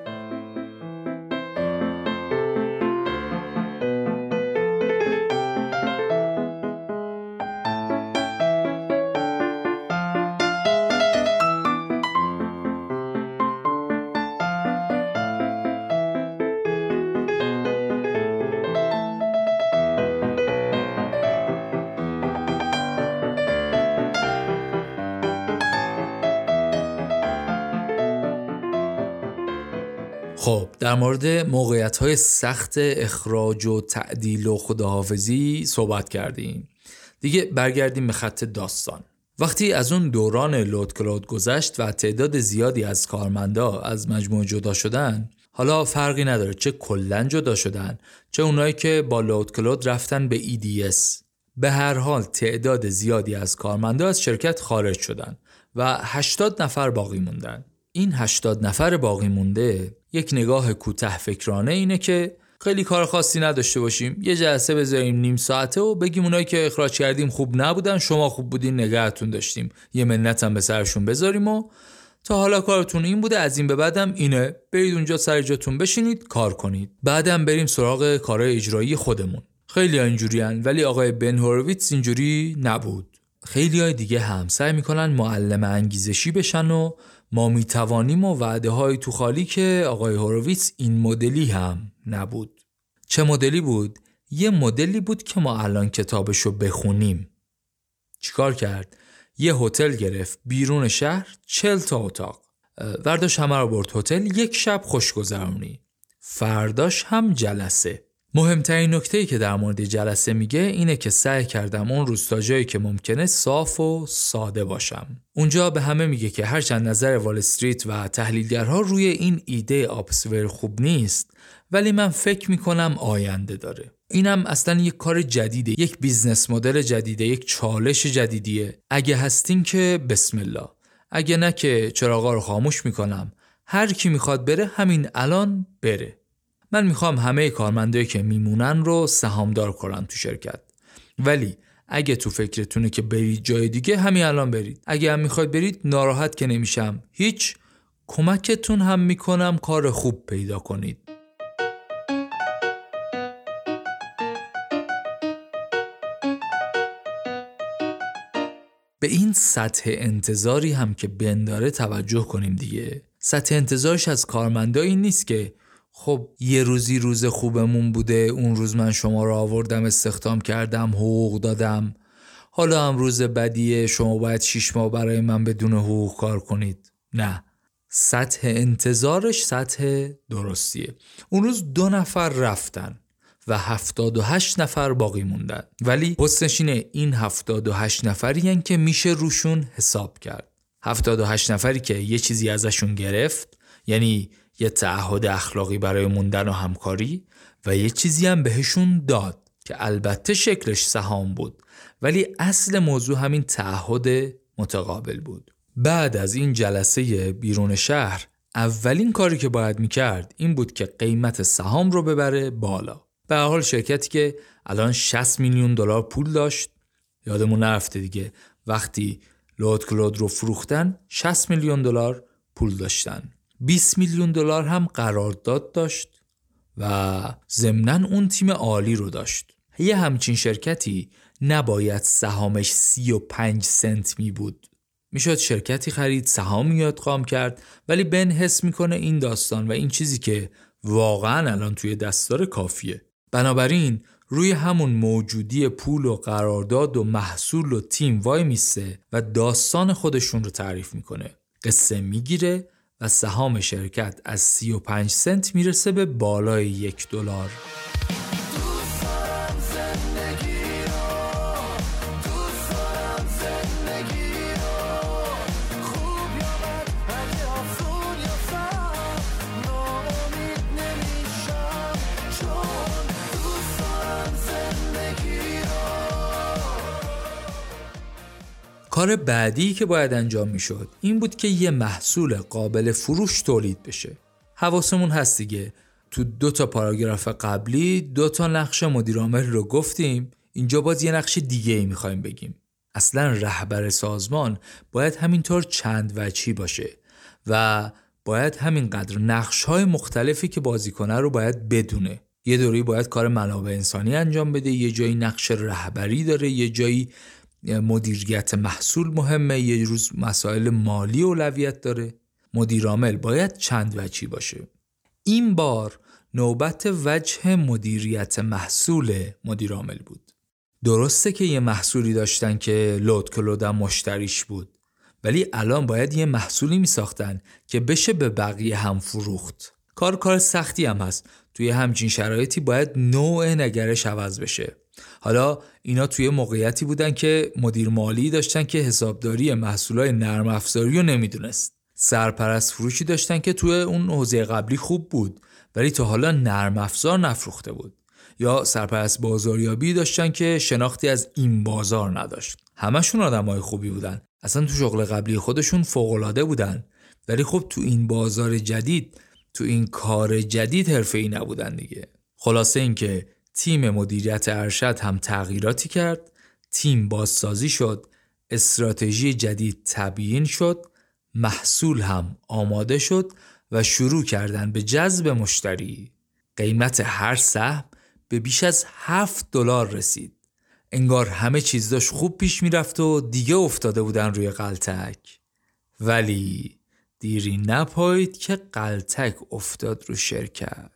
خب در مورد موقعیت‌های سخت اخراج و تعدیل و خداحافظی صحبت کردیم. دیگه برگردیم به خط داستان. وقتی از اون دوران لود کلود گذشت و تعداد زیادی از کارمندا از مجموعه جدا شدن، حالا فرقی نداره چه کلاً جدا شدن چه اونایی که با لود کلود رفتن به ای دی اس. به هر حال تعداد زیادی از کارمندا از شرکت خارج شدن و هشتاد نفر باقی موندن. این هشتاد نفر باقی مونده یک نگاه کوتاه فکرانه اینه که خیلی کار خاصی نداشته باشیم، یه جلسه بذاریم نیم ساعته و بگیم اونایی که اخراج کردیم خوب نبودن، شما خوب بودین نگهتون داشتیم، یه منت هم به سرشون بذاریم و تا حالا کارتون این بوده، از این به بعدم اینه، برید اونجا سر جاتون بشینید کار کنید، بعدم بریم سراغ کارهای اجرایی خودمون. خیلی ها اینجوریان، ولی آقای بن هورویتز اینجوری نبود. خیلی های دیگه هم سعی میکنن معلم انگیزشی بشن و ما میتوانیم و وعده های تو خالی، که آقای هورویتز این مدلی هم نبود. چه مدلی بود؟ یه مدلی بود که ما الان کتابشو بخونیم. چیکار کرد؟ یه هتل گرفت بیرون شهر، چل تا اتاق. ورداش همه رو برد هتل، یک شب خوشگذرونی. فرداش هم جلسه. مهمترین نکته‌ای که در مورد جلسه میگه اینه که سعی کردم اون روز تا جایی که ممکنه صاف و ساده باشم. اونجا به همه میگه که هرچند نظر وال استریت و تحلیلگرها روی این ایده آپسور خوب نیست، ولی من فکر میکنم آینده داره. اینم اصلا یک کار جدیده، یک بیزنس مدل جدیده، یک چالش جدیدیه. اگه هستین که بسم الله، اگه نه که چراغا رو خاموش میکنم. هر کی میخواد بره همین الان بره. من میخوام همه کارمندایی که میمونن رو سهامدار کنن تو شرکت. ولی اگه تو فکرتونه که برید جای دیگه همین الان برید. اگه هم میخواید برید ناراحت که نمیشم، هیچ، کمکتون هم میکنم کار خوب پیدا کنید. به این سطح انتظاری هم که بن داره توجه کنیم دیگه. سطح انتظارش از کارمندا این نیست که خب یه روزی روز خوبمون بوده، اون روز من شما رو آوردم استخدام کردم، حقوق دادم، حالا هم روز بدیه شما باید شیش ماه برای من بدون حقوق کار کنید. نه، سطح انتظارش سطح درستیه. اون روز دو نفر رفتن و هفتاد و هشت نفر باقی موندن، ولی حسنش اینه این هفتاد و هشت نفری هن که میشه روشون حساب کرد. هفتاد و هشت نفری که یه چیزی ازشون گرفت، یعنی یه تعهد اخلاقی برای موندن و همکاری، و یه چیزی هم بهشون داد که البته شکلش سهام بود، ولی اصل موضوع همین تعهد متقابل بود. بعد از این جلسه بیرون شهر اولین کاری که باید میکرد این بود که قیمت سهام رو ببره بالا. به هر حال شرکتی که الان شصت میلیون دلار پول داشت، یادمون نرفته دیگه، وقتی لود کلود رو فروختن شصت میلیون دلار پول داشتن، بیست میلیون دلار هم قرارداد داشت و ضمناً اون تیم عالی رو داشت. یه همچین شرکتی نباید سهامش سی و پنج سنت می بود. میشد شرکتی خرید، سهام ادغام کرد، ولی بن حس میکنه این داستان و این چیزی که واقعاً الان توی دستار کافیه. بنابراین روی همون موجودی پول و قرارداد و محصول و تیم وای میسته و داستان خودشون رو تعریف میکنه. قصه میگیره و سهام شرکت از سی و پنج سنت میرسه به بالای یک دلار. کار بعدی که باید انجام میشد این بود که یه محصول قابل فروش تولید بشه. حواسمون هست دیگه، تو دو تا پاراگراف قبلی دو تا نقش مدیر عامل رو گفتیم، اینجا باز یه نقش دیگه ای میخوایم بگیم. اصلا رهبر سازمان باید همینطور چند وجهی باشه و باید همینقدر نقش‌های مختلفی که بازیکنه رو باید بدونه. یه دوری باید کار منابع انسانی انجام بده، یه جایی نقش رهبری داره، یه جایی مدیریت محصول مهمه، یه روز مسائل مالی اولویت داره. مدیر عامل باید چند وجهی باشه. این بار نوبت وجه مدیریت محصول مدیر عامل بود. درسته که یه محصولی داشتن که لود کلودم مشتریش بود، ولی الان باید یه محصولی می ساختن که بشه به بقیه هم فروخت. کار کار سختی هم هست. توی همچین شرایطی باید نوع نگرش عوض بشه. حالا اینا توی موقعیتی بودن که مدیر مالی داشتن که حسابداری محصولای نرم افزاری رو نمیدونست. سرپرست فروشی داشتن که توی اون حوزه قبلی خوب بود ولی تا حالا نرم افزار نفروخته بود. یا سرپرست بازاریابی داشتن که شناختی از این بازار نداشت. همشون آدمای خوبی بودن. اصلا تو شغل قبلی خودشون فوق‌العاده بودن. ولی خب تو این بازار جدید، تو این کار جدید حرفه‌ای نبودن دیگه. خلاصه این که تیم مدیریت ارشد هم تغییراتی کرد، تیم بازسازی شد، استراتژی جدید تبیین شد، محصول هم آماده شد و شروع کردن به جذب مشتری. قیمت هر سهم به بیش از هفت دلار رسید. انگار همه چیز داشت خوب پیش می رفت و دیگه افتاده بودن روی غلطک. ولی دیری نپایید که غلطک افتاد رو شرکت.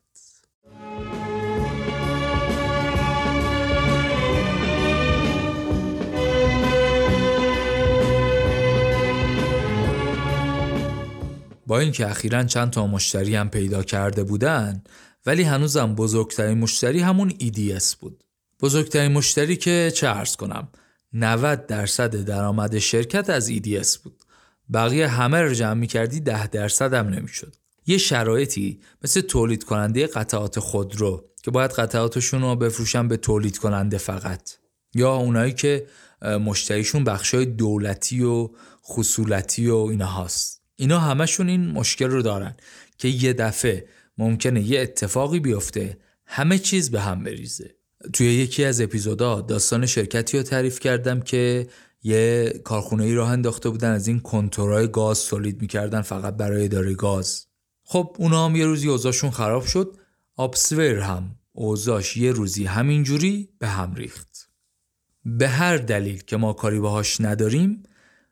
با اینکه اخیراً چند تا مشتری هم پیدا کرده بودن، ولی هنوزم بزرگترین مشتری همون ای دی اس بود. بزرگترین مشتری که چه عرض کنم، نود درصد درآمد شرکت از ای دی اس بود. بقیه همه رو جمع می‌کردی ده درصد هم نمی‌شد. یه شرایطی مثل تولید کننده قطعات خودرو که باید قطعاتشون رو بفروشن به تولید کننده فقط، یا اونایی که مشتریشون بخشای دولتی و خصولتی و اینا هست. اینا همشون این مشکل رو دارن که یه دفعه ممکنه یه اتفاقی بیفته، همه چیز به هم بریزه. توی یکی از اپیزودا داستان شرکتی رو تعریف کردم که یه کارخونه‌ای راه انداخته بودن، از این کنتورهای گاز تولید می‌کردن فقط برای اداره گاز. خب اونا هم یه روزی اوضاعشون خراب شد، آپسویر هم اوضاعش یه روزی همینجوری به هم ریخت. به هر دلیل که ما کاری باهاش نداریم،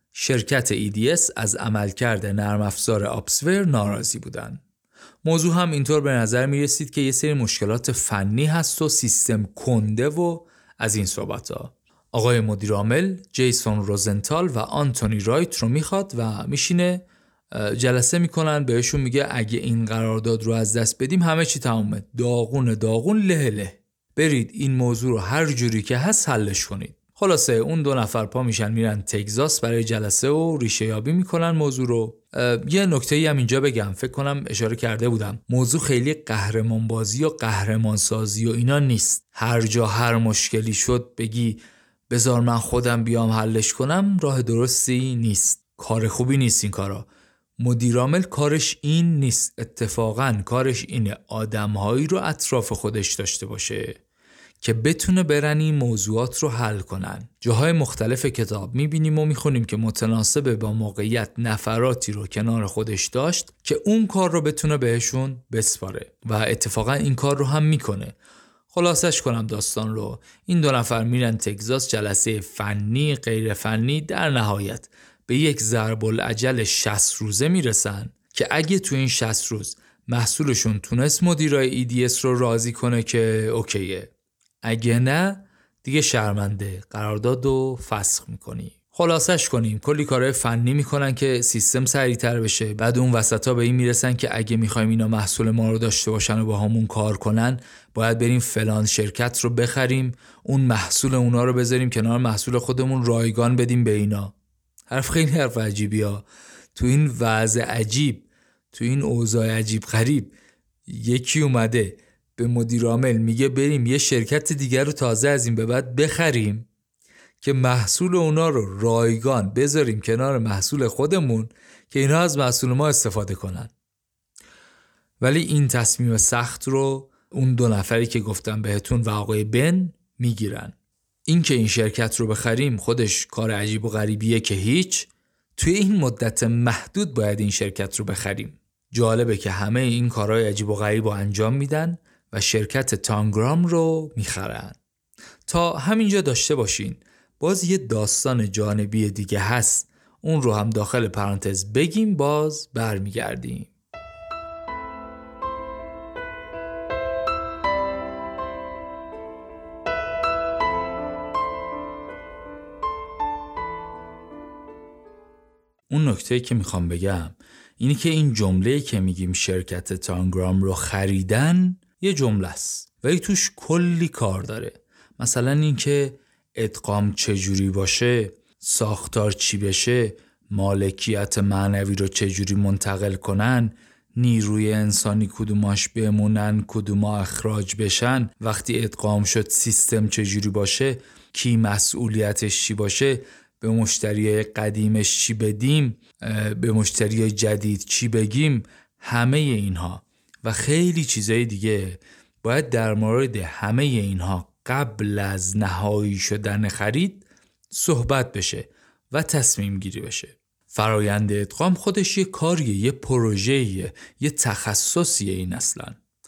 شرکت ای دی اس از عملکرد نرم افزار آپسور ناراضی بودن. موضوع هم اینطور به نظر می رسید که یه سری مشکلات فنی هست و سیستم کنده و از این صحبت ها. آقای مدیر عامل جیسون روزنتال و آنتونی رایت رو میخواد و میشینه جلسه میکنن، بهشون میگه اگه این قرارداد رو از دست بدیم همه چی تمومه، داغون داغون له له، برید این موضوع رو هر جوری که هست حلش کنید. خلاصه اون دو نفر پا میشن میرن تگزاس برای جلسه و ریشه یابی میکنن موضوع رو. یه نکته‌ای هم اینجا بگم، فکر کنم اشاره کرده بودم، موضوع خیلی قهرمان بازی و قهرمان سازی و اینا نیست. هر جا هر مشکلی شد بگی بذار من خودم بیام حلش کنم، راه درستی نیست، کار خوبی نیست این کارا. مدیر عامل کارش این نیست، اتفاقاً کارش اینه آدم‌هایی رو اطراف خودش داشته باشه که بتونه برن این موضوعات رو حل کنن. جاهای مختلف کتاب میبینیم و میخونیم که متناسب با موقعیت نفراتی رو کنار خودش داشت که اون کار رو بتونه بهشون بسپاره و اتفاقا این کار رو هم میکنه. خلاصش کنم داستان رو، این دو نفر میرن تگزاس، جلسه فنی غیر فنی، در نهایت به یک ضرب الاجل شصت روزه میرسن که اگه تو این شصت روز محصولشون تونست مدیرای ای دی اس رو راضی کنه که اوکیه، اگه نه دیگه شرمنده، قرارداد رو فسخ میکنی. خلاصش کنیم کلی کارهای فنی میکنن که سیستم سریعتر بشه، بعد اون وسطا به این میرسن که اگه میخوایم اینا محصول ما رو داشته باشن و با همون کار کنن باید بریم فلان شرکت رو بخریم، اون محصول اونا رو بذاریم کنار محصول خودمون، رایگان بدیم به اینا. حرف خیلی حرف عجیبی ها. تو این وضع عجیب، تو این اوضاع عجیب غریب، یکی اومده به مدیر عامل میگه بریم یه شرکت دیگر رو تازه از این به بعد بخریم که محصول اونا رو رایگان بذاریم کنار محصول خودمون که اینا از محصول ما استفاده کنن. ولی این تصمیم سخت رو اون دو نفری که گفتم بهتون و آقای بن میگیرن. این که این شرکت رو بخریم خودش کار عجیب و غریبیه که هیچ، توی این مدت محدود باید این شرکت رو بخریم. جالبه که همه این کارهای عجیب و غریب رو انجام میدن و شرکت تانگرام رو میخرن. تا همینجا داشته باشین. باز یه داستان جانبی دیگه هست، اون رو هم داخل پرانتز بگیم، باز برمیگردیم. اون نکته که میخوام بگم اینی که این جمله که میگیم شرکت تانگرام رو خریدن یه جمله است ولی توش کلی کار داره. مثلا این که ادغام چجوری باشه، ساختار چی بشه، مالکیت معنوی رو چجوری منتقل کنن، نیروی انسانی کدوماش بمونن کدوما اخراج بشن، وقتی ادغام شد سیستم چجوری باشه، کی مسئولیتش چی باشه، به مشتری قدیمش چی بدیم، به مشتری جدید چی بگیم، همه اینها و خیلی چیزای دیگه باید در مورد همه اینها قبل از نهایی شدن خرید صحبت بشه و تصمیم گیری بشه. فرایند ادغام خودش یه کاریه، یه پروژه‌ایه، یه تخصصیه. این اصلا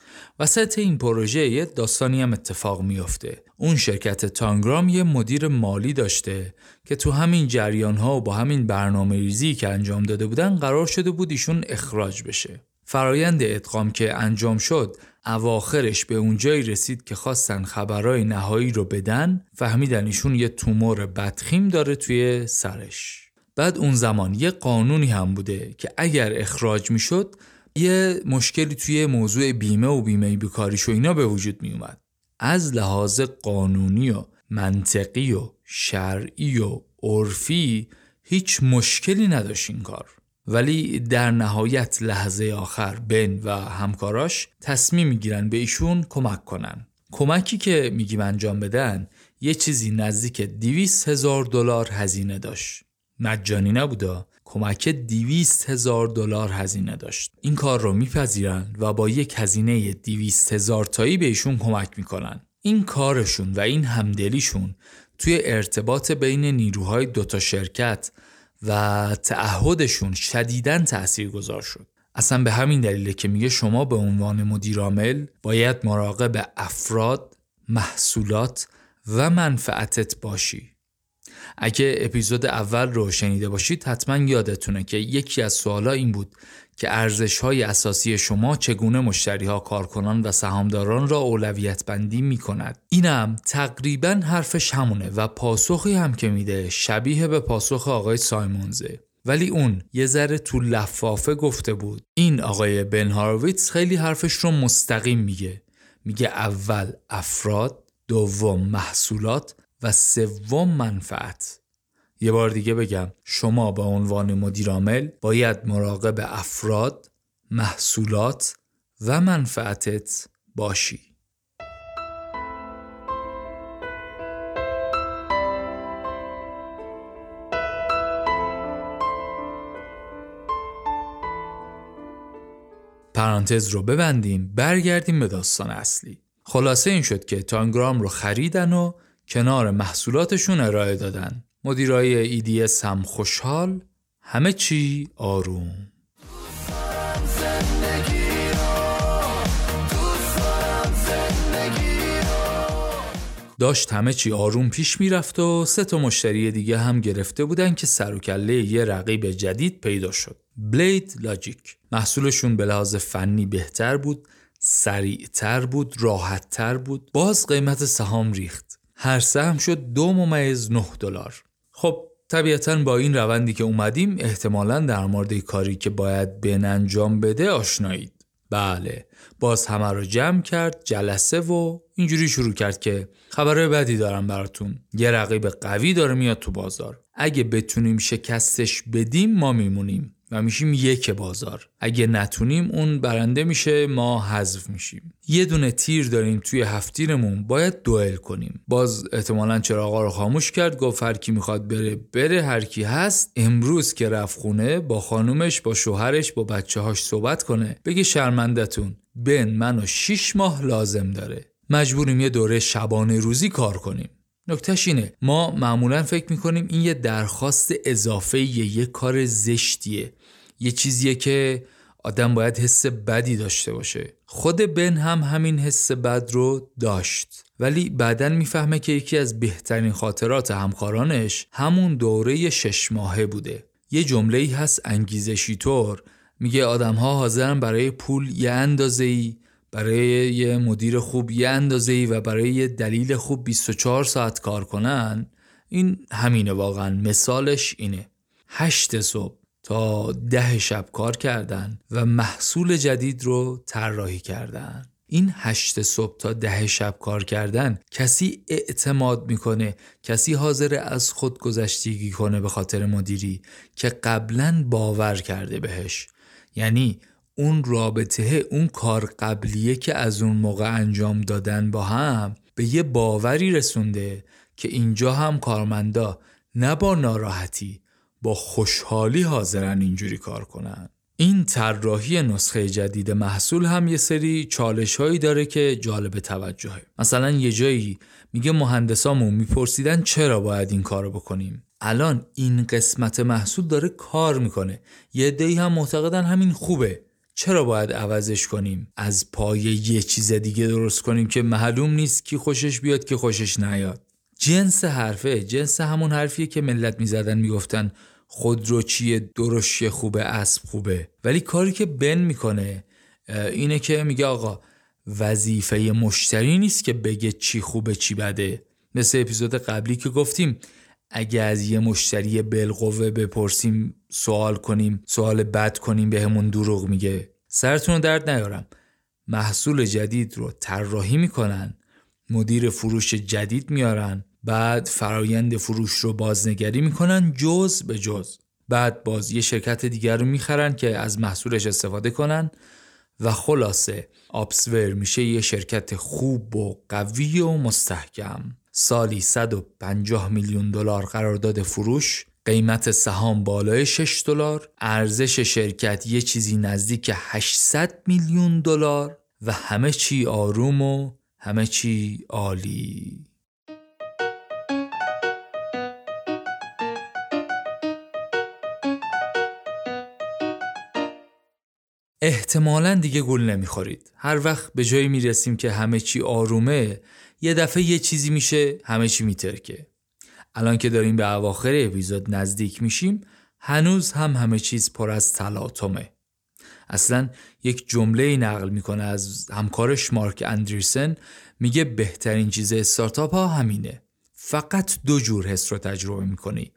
وسط این پروژه یه داستانی هم اتفاق میفته. اون شرکت تانگرام یه مدیر مالی داشته که تو همین جریان‌ها و با همین برنامه ریزی که انجام داده بودن قرار شده بود ایشون اخراج بشه. فرایند ادغام که انجام شد اواخرش به اون جایی رسید که خواستن خبرای نهایی رو بدن، فهمیدن ایشون یه تومور بدخیم داره توی سرش. بعد اون زمان یه قانونی هم بوده که اگر اخراج میشد یه مشکلی توی موضوع بیمه و بیمه بیکاریش و اینا به وجود می اومد. از لحاظ قانونی و منطقی و شرعی و عرفی هیچ مشکلی نداشت این کار، ولی در نهایت لحظه آخر بن و همکاراش تصمیم میگیرن به ایشون کمک کنن. کمکی که میگیم انجام بدن یه چیزی نزدیک دویست هزار دلار هزینه داشت. مجانی نبوده، کمک دویست هزار دلار هزینه داشت. این کار رو میپذیرن و با یک هزینه دویست هزار تایی بهشون کمک میکنن. این کارشون و این همدلیشون توی ارتباط بین نیروهای دوتا شرکت و تعهدشون شدیداً تاثیرگذار شد. اصلا به همین دلیله که میگه شما به عنوان مدیر عامل باید مراقب افراد، محصولات و منفعتت باشی. اگه اپیزود اول رو شنیده باشید حتما یادتونه که یکی از سوالا این بود که ارزش‌های اساسی شما چگونه مشتری‌ها، کارکنان و سهامداران را اولویت بندی می‌کند. اینم تقریباً حرفش همونه و پاسخی هم که میده شبیه به پاسخ آقای سایمونزه. ولی اون یه ذره تو لفافه گفته بود. این آقای بن هارویتز خیلی حرفش رو مستقیم میگه. میگه اول افراد، دوم محصولات و سوم منفعت. یه بار دیگه بگم، شما به عنوان مدیر عامل باید مراقب افراد، محصولات و منفعتت باشی. پرانتز رو ببندیم، برگردیم به داستان اصلی. خلاصه این شد که تانگرام رو خریدن و کنار محصولاتشون ارائه دادن. مدیرای ای دی اس هم خوشحال، همه چی آروم. داشت همه چی آروم پیش میرفت و سه تا مشتری دیگه هم گرفته بودن که سر و کله یه رقیب جدید پیدا شد. بلید لاجیک. محصولشون به لحاظ فنی بهتر بود، سریعتر بود، راحتتر بود. باز قیمت سهام ریخت. هر سهم شد دو ممیز نه دلار. خب طبیعتاً با این روندی که اومدیم احتمالاً در مورد کاری که باید بن انجام بده آشنایید. بله، باز همه رو جمع کرد، جلسه و اینجوری شروع کرد که خبرهای بدی دارم براتون. یه رقیب قوی داره میاد تو بازار. اگه بتونیم شکستش بدیم ما میمونیم و میشیم یک بازار. اگه نتونیم اون برنده میشه، ما حذف میشیم. یه دونه تیر داریم توی هفتیرمون، باید دوئل کنیم. باز احتمالاً چراغا رو خاموش کرد، گفت هر کی میخواد بره بره، هر کی هست امروز که رفت خونه با خانومش، با شوهرش، با بچه‌هاش صحبت کنه، بگه شرمندتون بن منو شش ماه لازم داره. مجبوریم یه دوره شبانه روزی کار کنیم. نکتهش اینه ما معمولا فکر میکنیم این یه درخواست اضافه یه, یه کار زشتیه، یه چیزیه که آدم باید حس بدی داشته باشه. خود بن هم همین حس بد رو داشت، ولی بعدن میفهمه که یکی از بهترین خاطرات همکارانش همون دوره شش ماهه بوده. یه جمله‌ای هست انگیزشی طور، میگه آدم‌ها حاضرن برای پول یه اندازه‌ای، برای یه مدیر خوب یه اندازه‌ای و برای یه دلیل خوب بیست و چهار ساعت کار کنن. این همینه، واقعا مثالش اینه. هشت صبح تا ده شب کار کردن و محصول جدید رو طراحی کردن. این هشت صبح تا ده شب کار کردن کسی اعتماد میکنه، کسی حاضر از خود گذشتگی کنه به خاطر مدیری که قبلاً باور کرده بهش. یعنی اون رابطه، اون کار قبلیه که از اون موقع انجام دادن با هم به یه باوری رسونده که اینجا هم کارمندا نه با ناراحتی، با خوشحالی حاضرن اینجوری کار کنن. این طراحی نسخه جدید محصول هم یه سری چالش هایی داره که جالب توجهه. مثلا یه جایی میگه مهندسامون میپرسیدن چرا باید این کارو بکنیم. الان این قسمت محصول داره کار میکنه، یه عده‌ای هم معتقدن همین خوبه، چرا باید عوضش کنیم، از پایه یه چیز دیگه درست کنیم که معلوم نیست کی خوشش بیاد کی خوشش نیاد. جنس حرفه، جنس همون حرفیه که ملت میزدن میگفتن خودرو چیه، درشت خوبه، اسب خوبه. ولی کاری که بن میکنه اینه که میگه آقا وظیفه مشتری نیست که بگه چی خوبه چی بده. مثل اپیزود قبلی که گفتیم اگه از یه مشتری بالقوه بپرسیم، سوال کنیم، سوال بد کنیم، به همون دروغ میگه. سرتون رو درد نیارم. محصول جدید رو طراحی میکنن، مدیر فروش جدید میارن، بعد فرایند فروش رو بازنگری میکنن جز به جز. بعد باز یه شرکت دیگر رو میخرن که از محصولش استفاده کنن و خلاصه آپسور میشه یه شرکت خوب و قوی و مستحکم. سالی صد و پنجاه میلیون دلار قرارداد فروش، قیمت سهام بالای شش دلار، ارزش شرکت یه چیزی نزدیک هشتصد میلیون دلار و همه چی آروم و همه چی عالی. احتمالاً دیگه گول نمیخورید. هر وقت به جایی میرسیم که همه چی آرومه، یه دفعه یه چیزی میشه همه چی میترکه. الان که داریم به اواخر اپیزود نزدیک میشیم هنوز هم همه چیز پر از تلاطمه. اصلا یک جمله نقل میکنه از همکارش مارک اندرسن، میگه بهترین چیز استارتاپ ها همینه، فقط دو جور حس رو تجربه میکنی،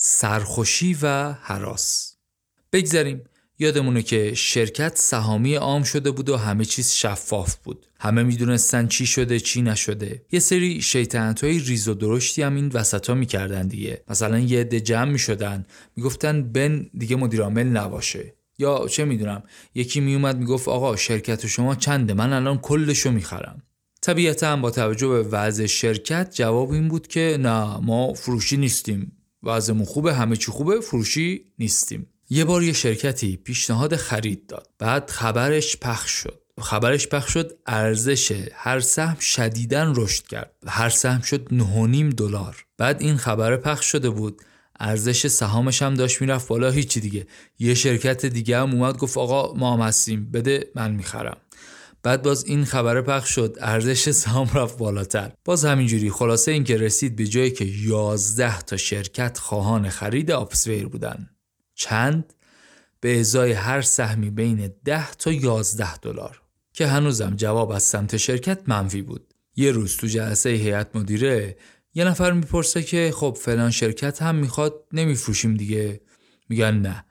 سرخوشی و هراس. بگذاریم یادمونه که شرکت سهامی عام شده بود و همه چیز شفاف بود، همه میدونستن چی شده چی نشده. یه سری شیطنت‌های ریز و درشتی هم این وسطا میکردن دیگه. مثلا یه عده جمع میشدن میگفتن بن دیگه مدیر عامل نباشه، یا چه میدونم یکی میومد میگفت آقا شرکت شما چنده، من الان کلشو میخرم. طبیعتا هم با توجه به وضع شرکت جواب این بود که نه ما فروشی نیستیم، وضعمون خوبه، همه چی خوبه، فروشی نیستیم. یه بار یه شرکتی پیشنهاد خرید داد، بعد خبرش پخش شد. خبرش پخش شد ارزش هر سهم شدیداً رشد کرد، هر سهم شد نه و نیم دلار. بعد این خبر پخش شده بود، ارزش سهامش هم داشت میرفت بالا، هیچی دیگه. یه شرکت دیگه هم اومد گفت آقا ما هم هستیم، بده من میخرم. بعد باز این خبر پخش شد، ارزش سهام رفت بالاتر. باز همینجوری. خلاصه این که رسید به جایی که یازده تا شرکت خواهان خرید آپسویر بودن. چند؟ به ازای هر سهمی بین ده تا یازده دلار، که هنوزم جواب از سمت شرکت منفی بود. یه روز تو جلسه هیئت مدیره یه نفر میپرسه که خب فلان شرکت هم میخواد، نمیفروشیم دیگه؟ میگن نه.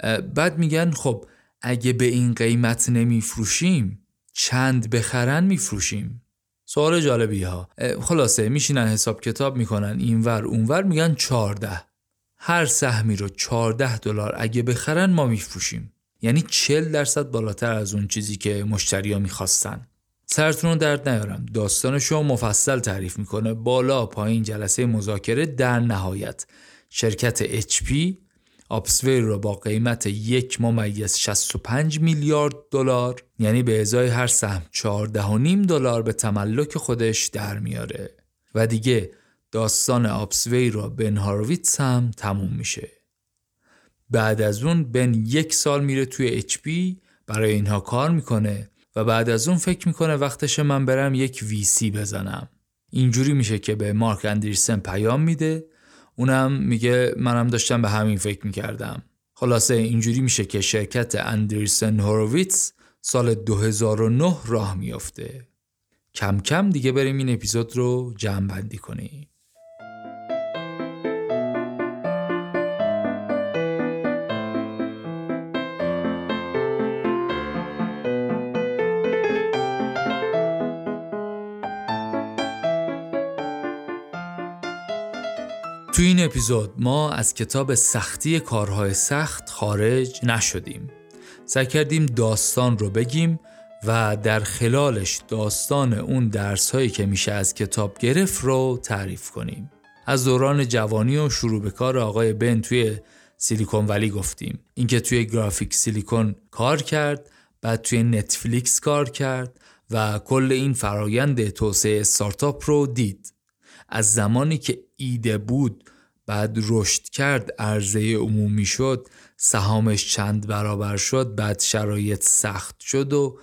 بعد میگن خب اگه به این قیمت نمیفروشیم چند بخرن میفروشیم؟ سوال جالبی ها. خلاصه میشینن حساب کتاب میکنن اینور اونور، میگن چارده. هر سهمی رو چارده دلار اگه بخرن ما میفروشیم. یعنی چهل درصد بالاتر از اون چیزی که مشتریا میخواستن. سرتون رو درد نیارم، داستانشو مفصل تعریف میکنه، بالا پایین جلسه مذاکره. در نهایت شرکت اچ پی آپسویر رو با قیمت یک ممیز شصت و پنج میلیارد دلار، یعنی به ازای هر سهم چهارده و نیم دلار به تملک خودش در میاره. و دیگه داستان آپسویر رو بن هارویتس هم تموم میشه. بعد از اون بن یک سال میره توی اچ پی برای اینها کار میکنه و بعد از اون فکر میکنه وقتشه من برم یک وی سی بزنم. اینجوری میشه که به مارک اندرسن پیام میده، اونم میگه منم داشتم به همین فکر میکردم. خلاصه اینجوری میشه که شرکت اندرسن هوروویتس سال دو هزار و نه راه میافته. کم کم دیگه بریم این اپیزود رو جمع بندی کنیم. تو این اپیزود ما از کتاب سختی کارهای سخت خارج نشدیم. سعی کردیم داستان رو بگیم و در خلالش داستان اون درس‌هایی که میشه از کتاب گرفت رو تعریف کنیم. از دوران جوانی و شروع به کار آقای بن توی سیلیکون ولی گفتیم. اینکه توی گرافیک سیلیکون کار کرد، بعد توی نتفلیکس کار کرد و کل این فرایند توسعه استارتاپ رو دید. از زمانی که ایده بود، بعد رشد کرد، عرضه عمومی شد، سهامش چند برابر شد، بعد شرایط سخت شد و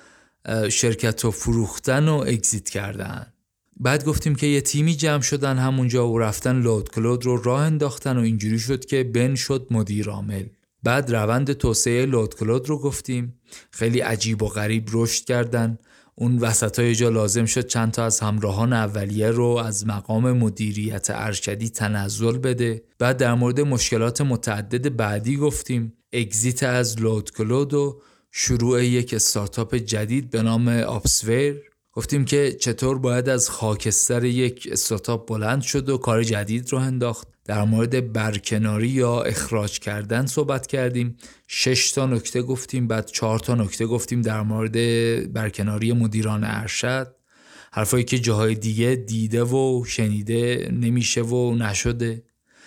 شرکت رو فروختن و اگزیت کردن. بعد گفتیم که یه تیمی جمع شدن همونجا و رفتن لود کلود رو راه انداختن و اینجوری شد که بن شد مدیر عامل. بعد روند توسعه لود کلود رو گفتیم، خیلی عجیب و غریب رشد کردن. اون وسطای جا لازم شد چند تا از همراهان اولیه رو از مقام مدیریت ارشدی تنزل بده. بعد در مورد مشکلات متعدد بعدی گفتیم، اگزیت از لود کلود و شروع یک استارتاپ جدید به نام آپسویر. گفتیم که چطور باید از خاکستر یک استارتاپ بلند شد و کار جدید رو انداخت. در مورد برکناری یا اخراج کردن صحبت کردیم. شش تا نکته گفتیم، بعد چهار تا نکته گفتیم در مورد برکناری مدیران ارشد. حرفایی که جاهای دیگه دیده و شنیده نمیشه و نشده.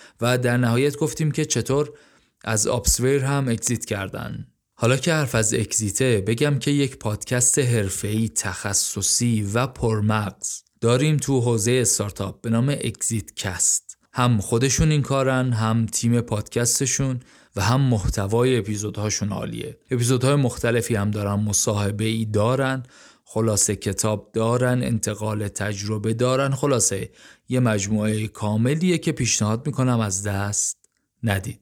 و در نهایت گفتیم که چطور از آپسویر هم اگزیت کردن. حالا که حرف از اگزیته، بگم که یک پادکست حرفه‌ای تخصصی و پرمغز داریم تو حوزه استارتاپ به نام اگزیت کست. هم خودشون این کارن، هم تیم پادکستشون و هم محتوای اپیزودهاشون عالیه. اپیزودهای مختلفی هم دارن، مصاحبه‌ای دارن. خلاصه کتاب دارن، انتقال تجربه دارن. خلاصه یه مجموعه کاملیه که پیشنهاد میکنم از دست ندید.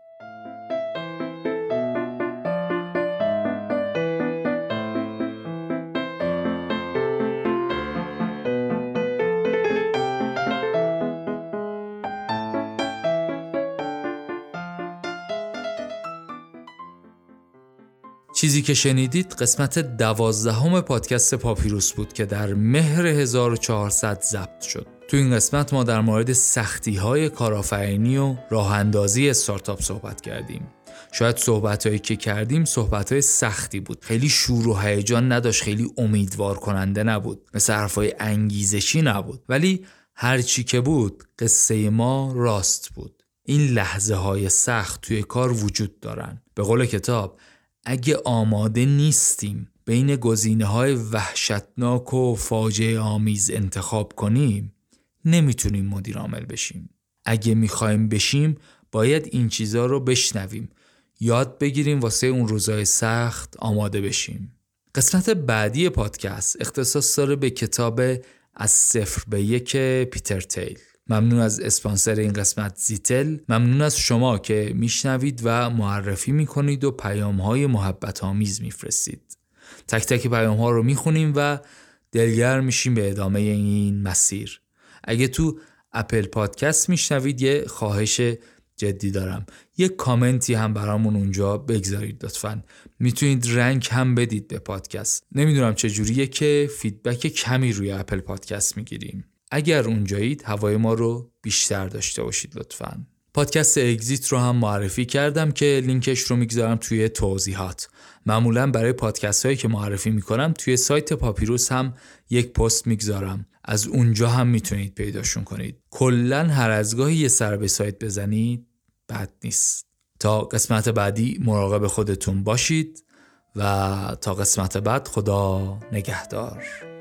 چیزی که شنیدید قسمت دوازدهم پادکست پاپیروس بود که در مهر هزار و چهارصد ضبط شد. تو این قسمت ما در مورد سختی‌های کارآفرینی و راه اندازی استارتاپ صحبت کردیم. شاید صحبت‌هایی که کردیم صحبت‌های سختی بود. خیلی شور و هیجان نداشت، خیلی امیدوار کننده نبود. مثل حرفای انگیزشی نبود. ولی هر چی که بود، قصه ما راست بود. این لحظه‌های سخت توی کار وجود دارن. به قول کتاب، اگه آماده نیستیم بین گزینه‌های وحشتناک و فاجعه آمیز انتخاب کنیم، نمیتونیم مدیر عامل بشیم. اگه میخوایم بشیم، باید این چیزا رو بشنویم، یاد بگیریم، واسه اون روزای سخت آماده بشیم. قسمت بعدی پادکست اختصاص داره به کتاب از صفر به یک پیتر تیل. ممنون از اسپانسر این قسمت زیتل. ممنون از شما که میشنوید و معرفی میکنید و پیام‌های محبت آمیز میفرستید. تک تک پیام‌ها رو میخونیم و دلگرم میشیم به ادامه این مسیر. اگه تو اپل پادکست میشنوید یه خواهش جدی دارم، یه کامنتی هم برامون اونجا بگذارید لطفاً. میتونید رنگ هم بدید به پادکست. نمیدونم چجوریه که فیدبک کمی روی اپل پادکست میگیریم. اگر اونجایید هوای ما رو بیشتر داشته باشید لطفاً. پادکست اگزیت رو هم معرفی کردم که لینکش رو میگذارم توی توضیحات. معمولاً برای پادکست هایی که معرفی میکنم توی سایت پاپیروس هم یک پست میگذارم. از اونجا هم میتونید پیداشون کنید. کلاً هر از گاهی یه سر به سایت بزنید بد نیست. تا قسمت بعدی مراقب خودتون باشید و تا قسمت بعد خدا نگهدار.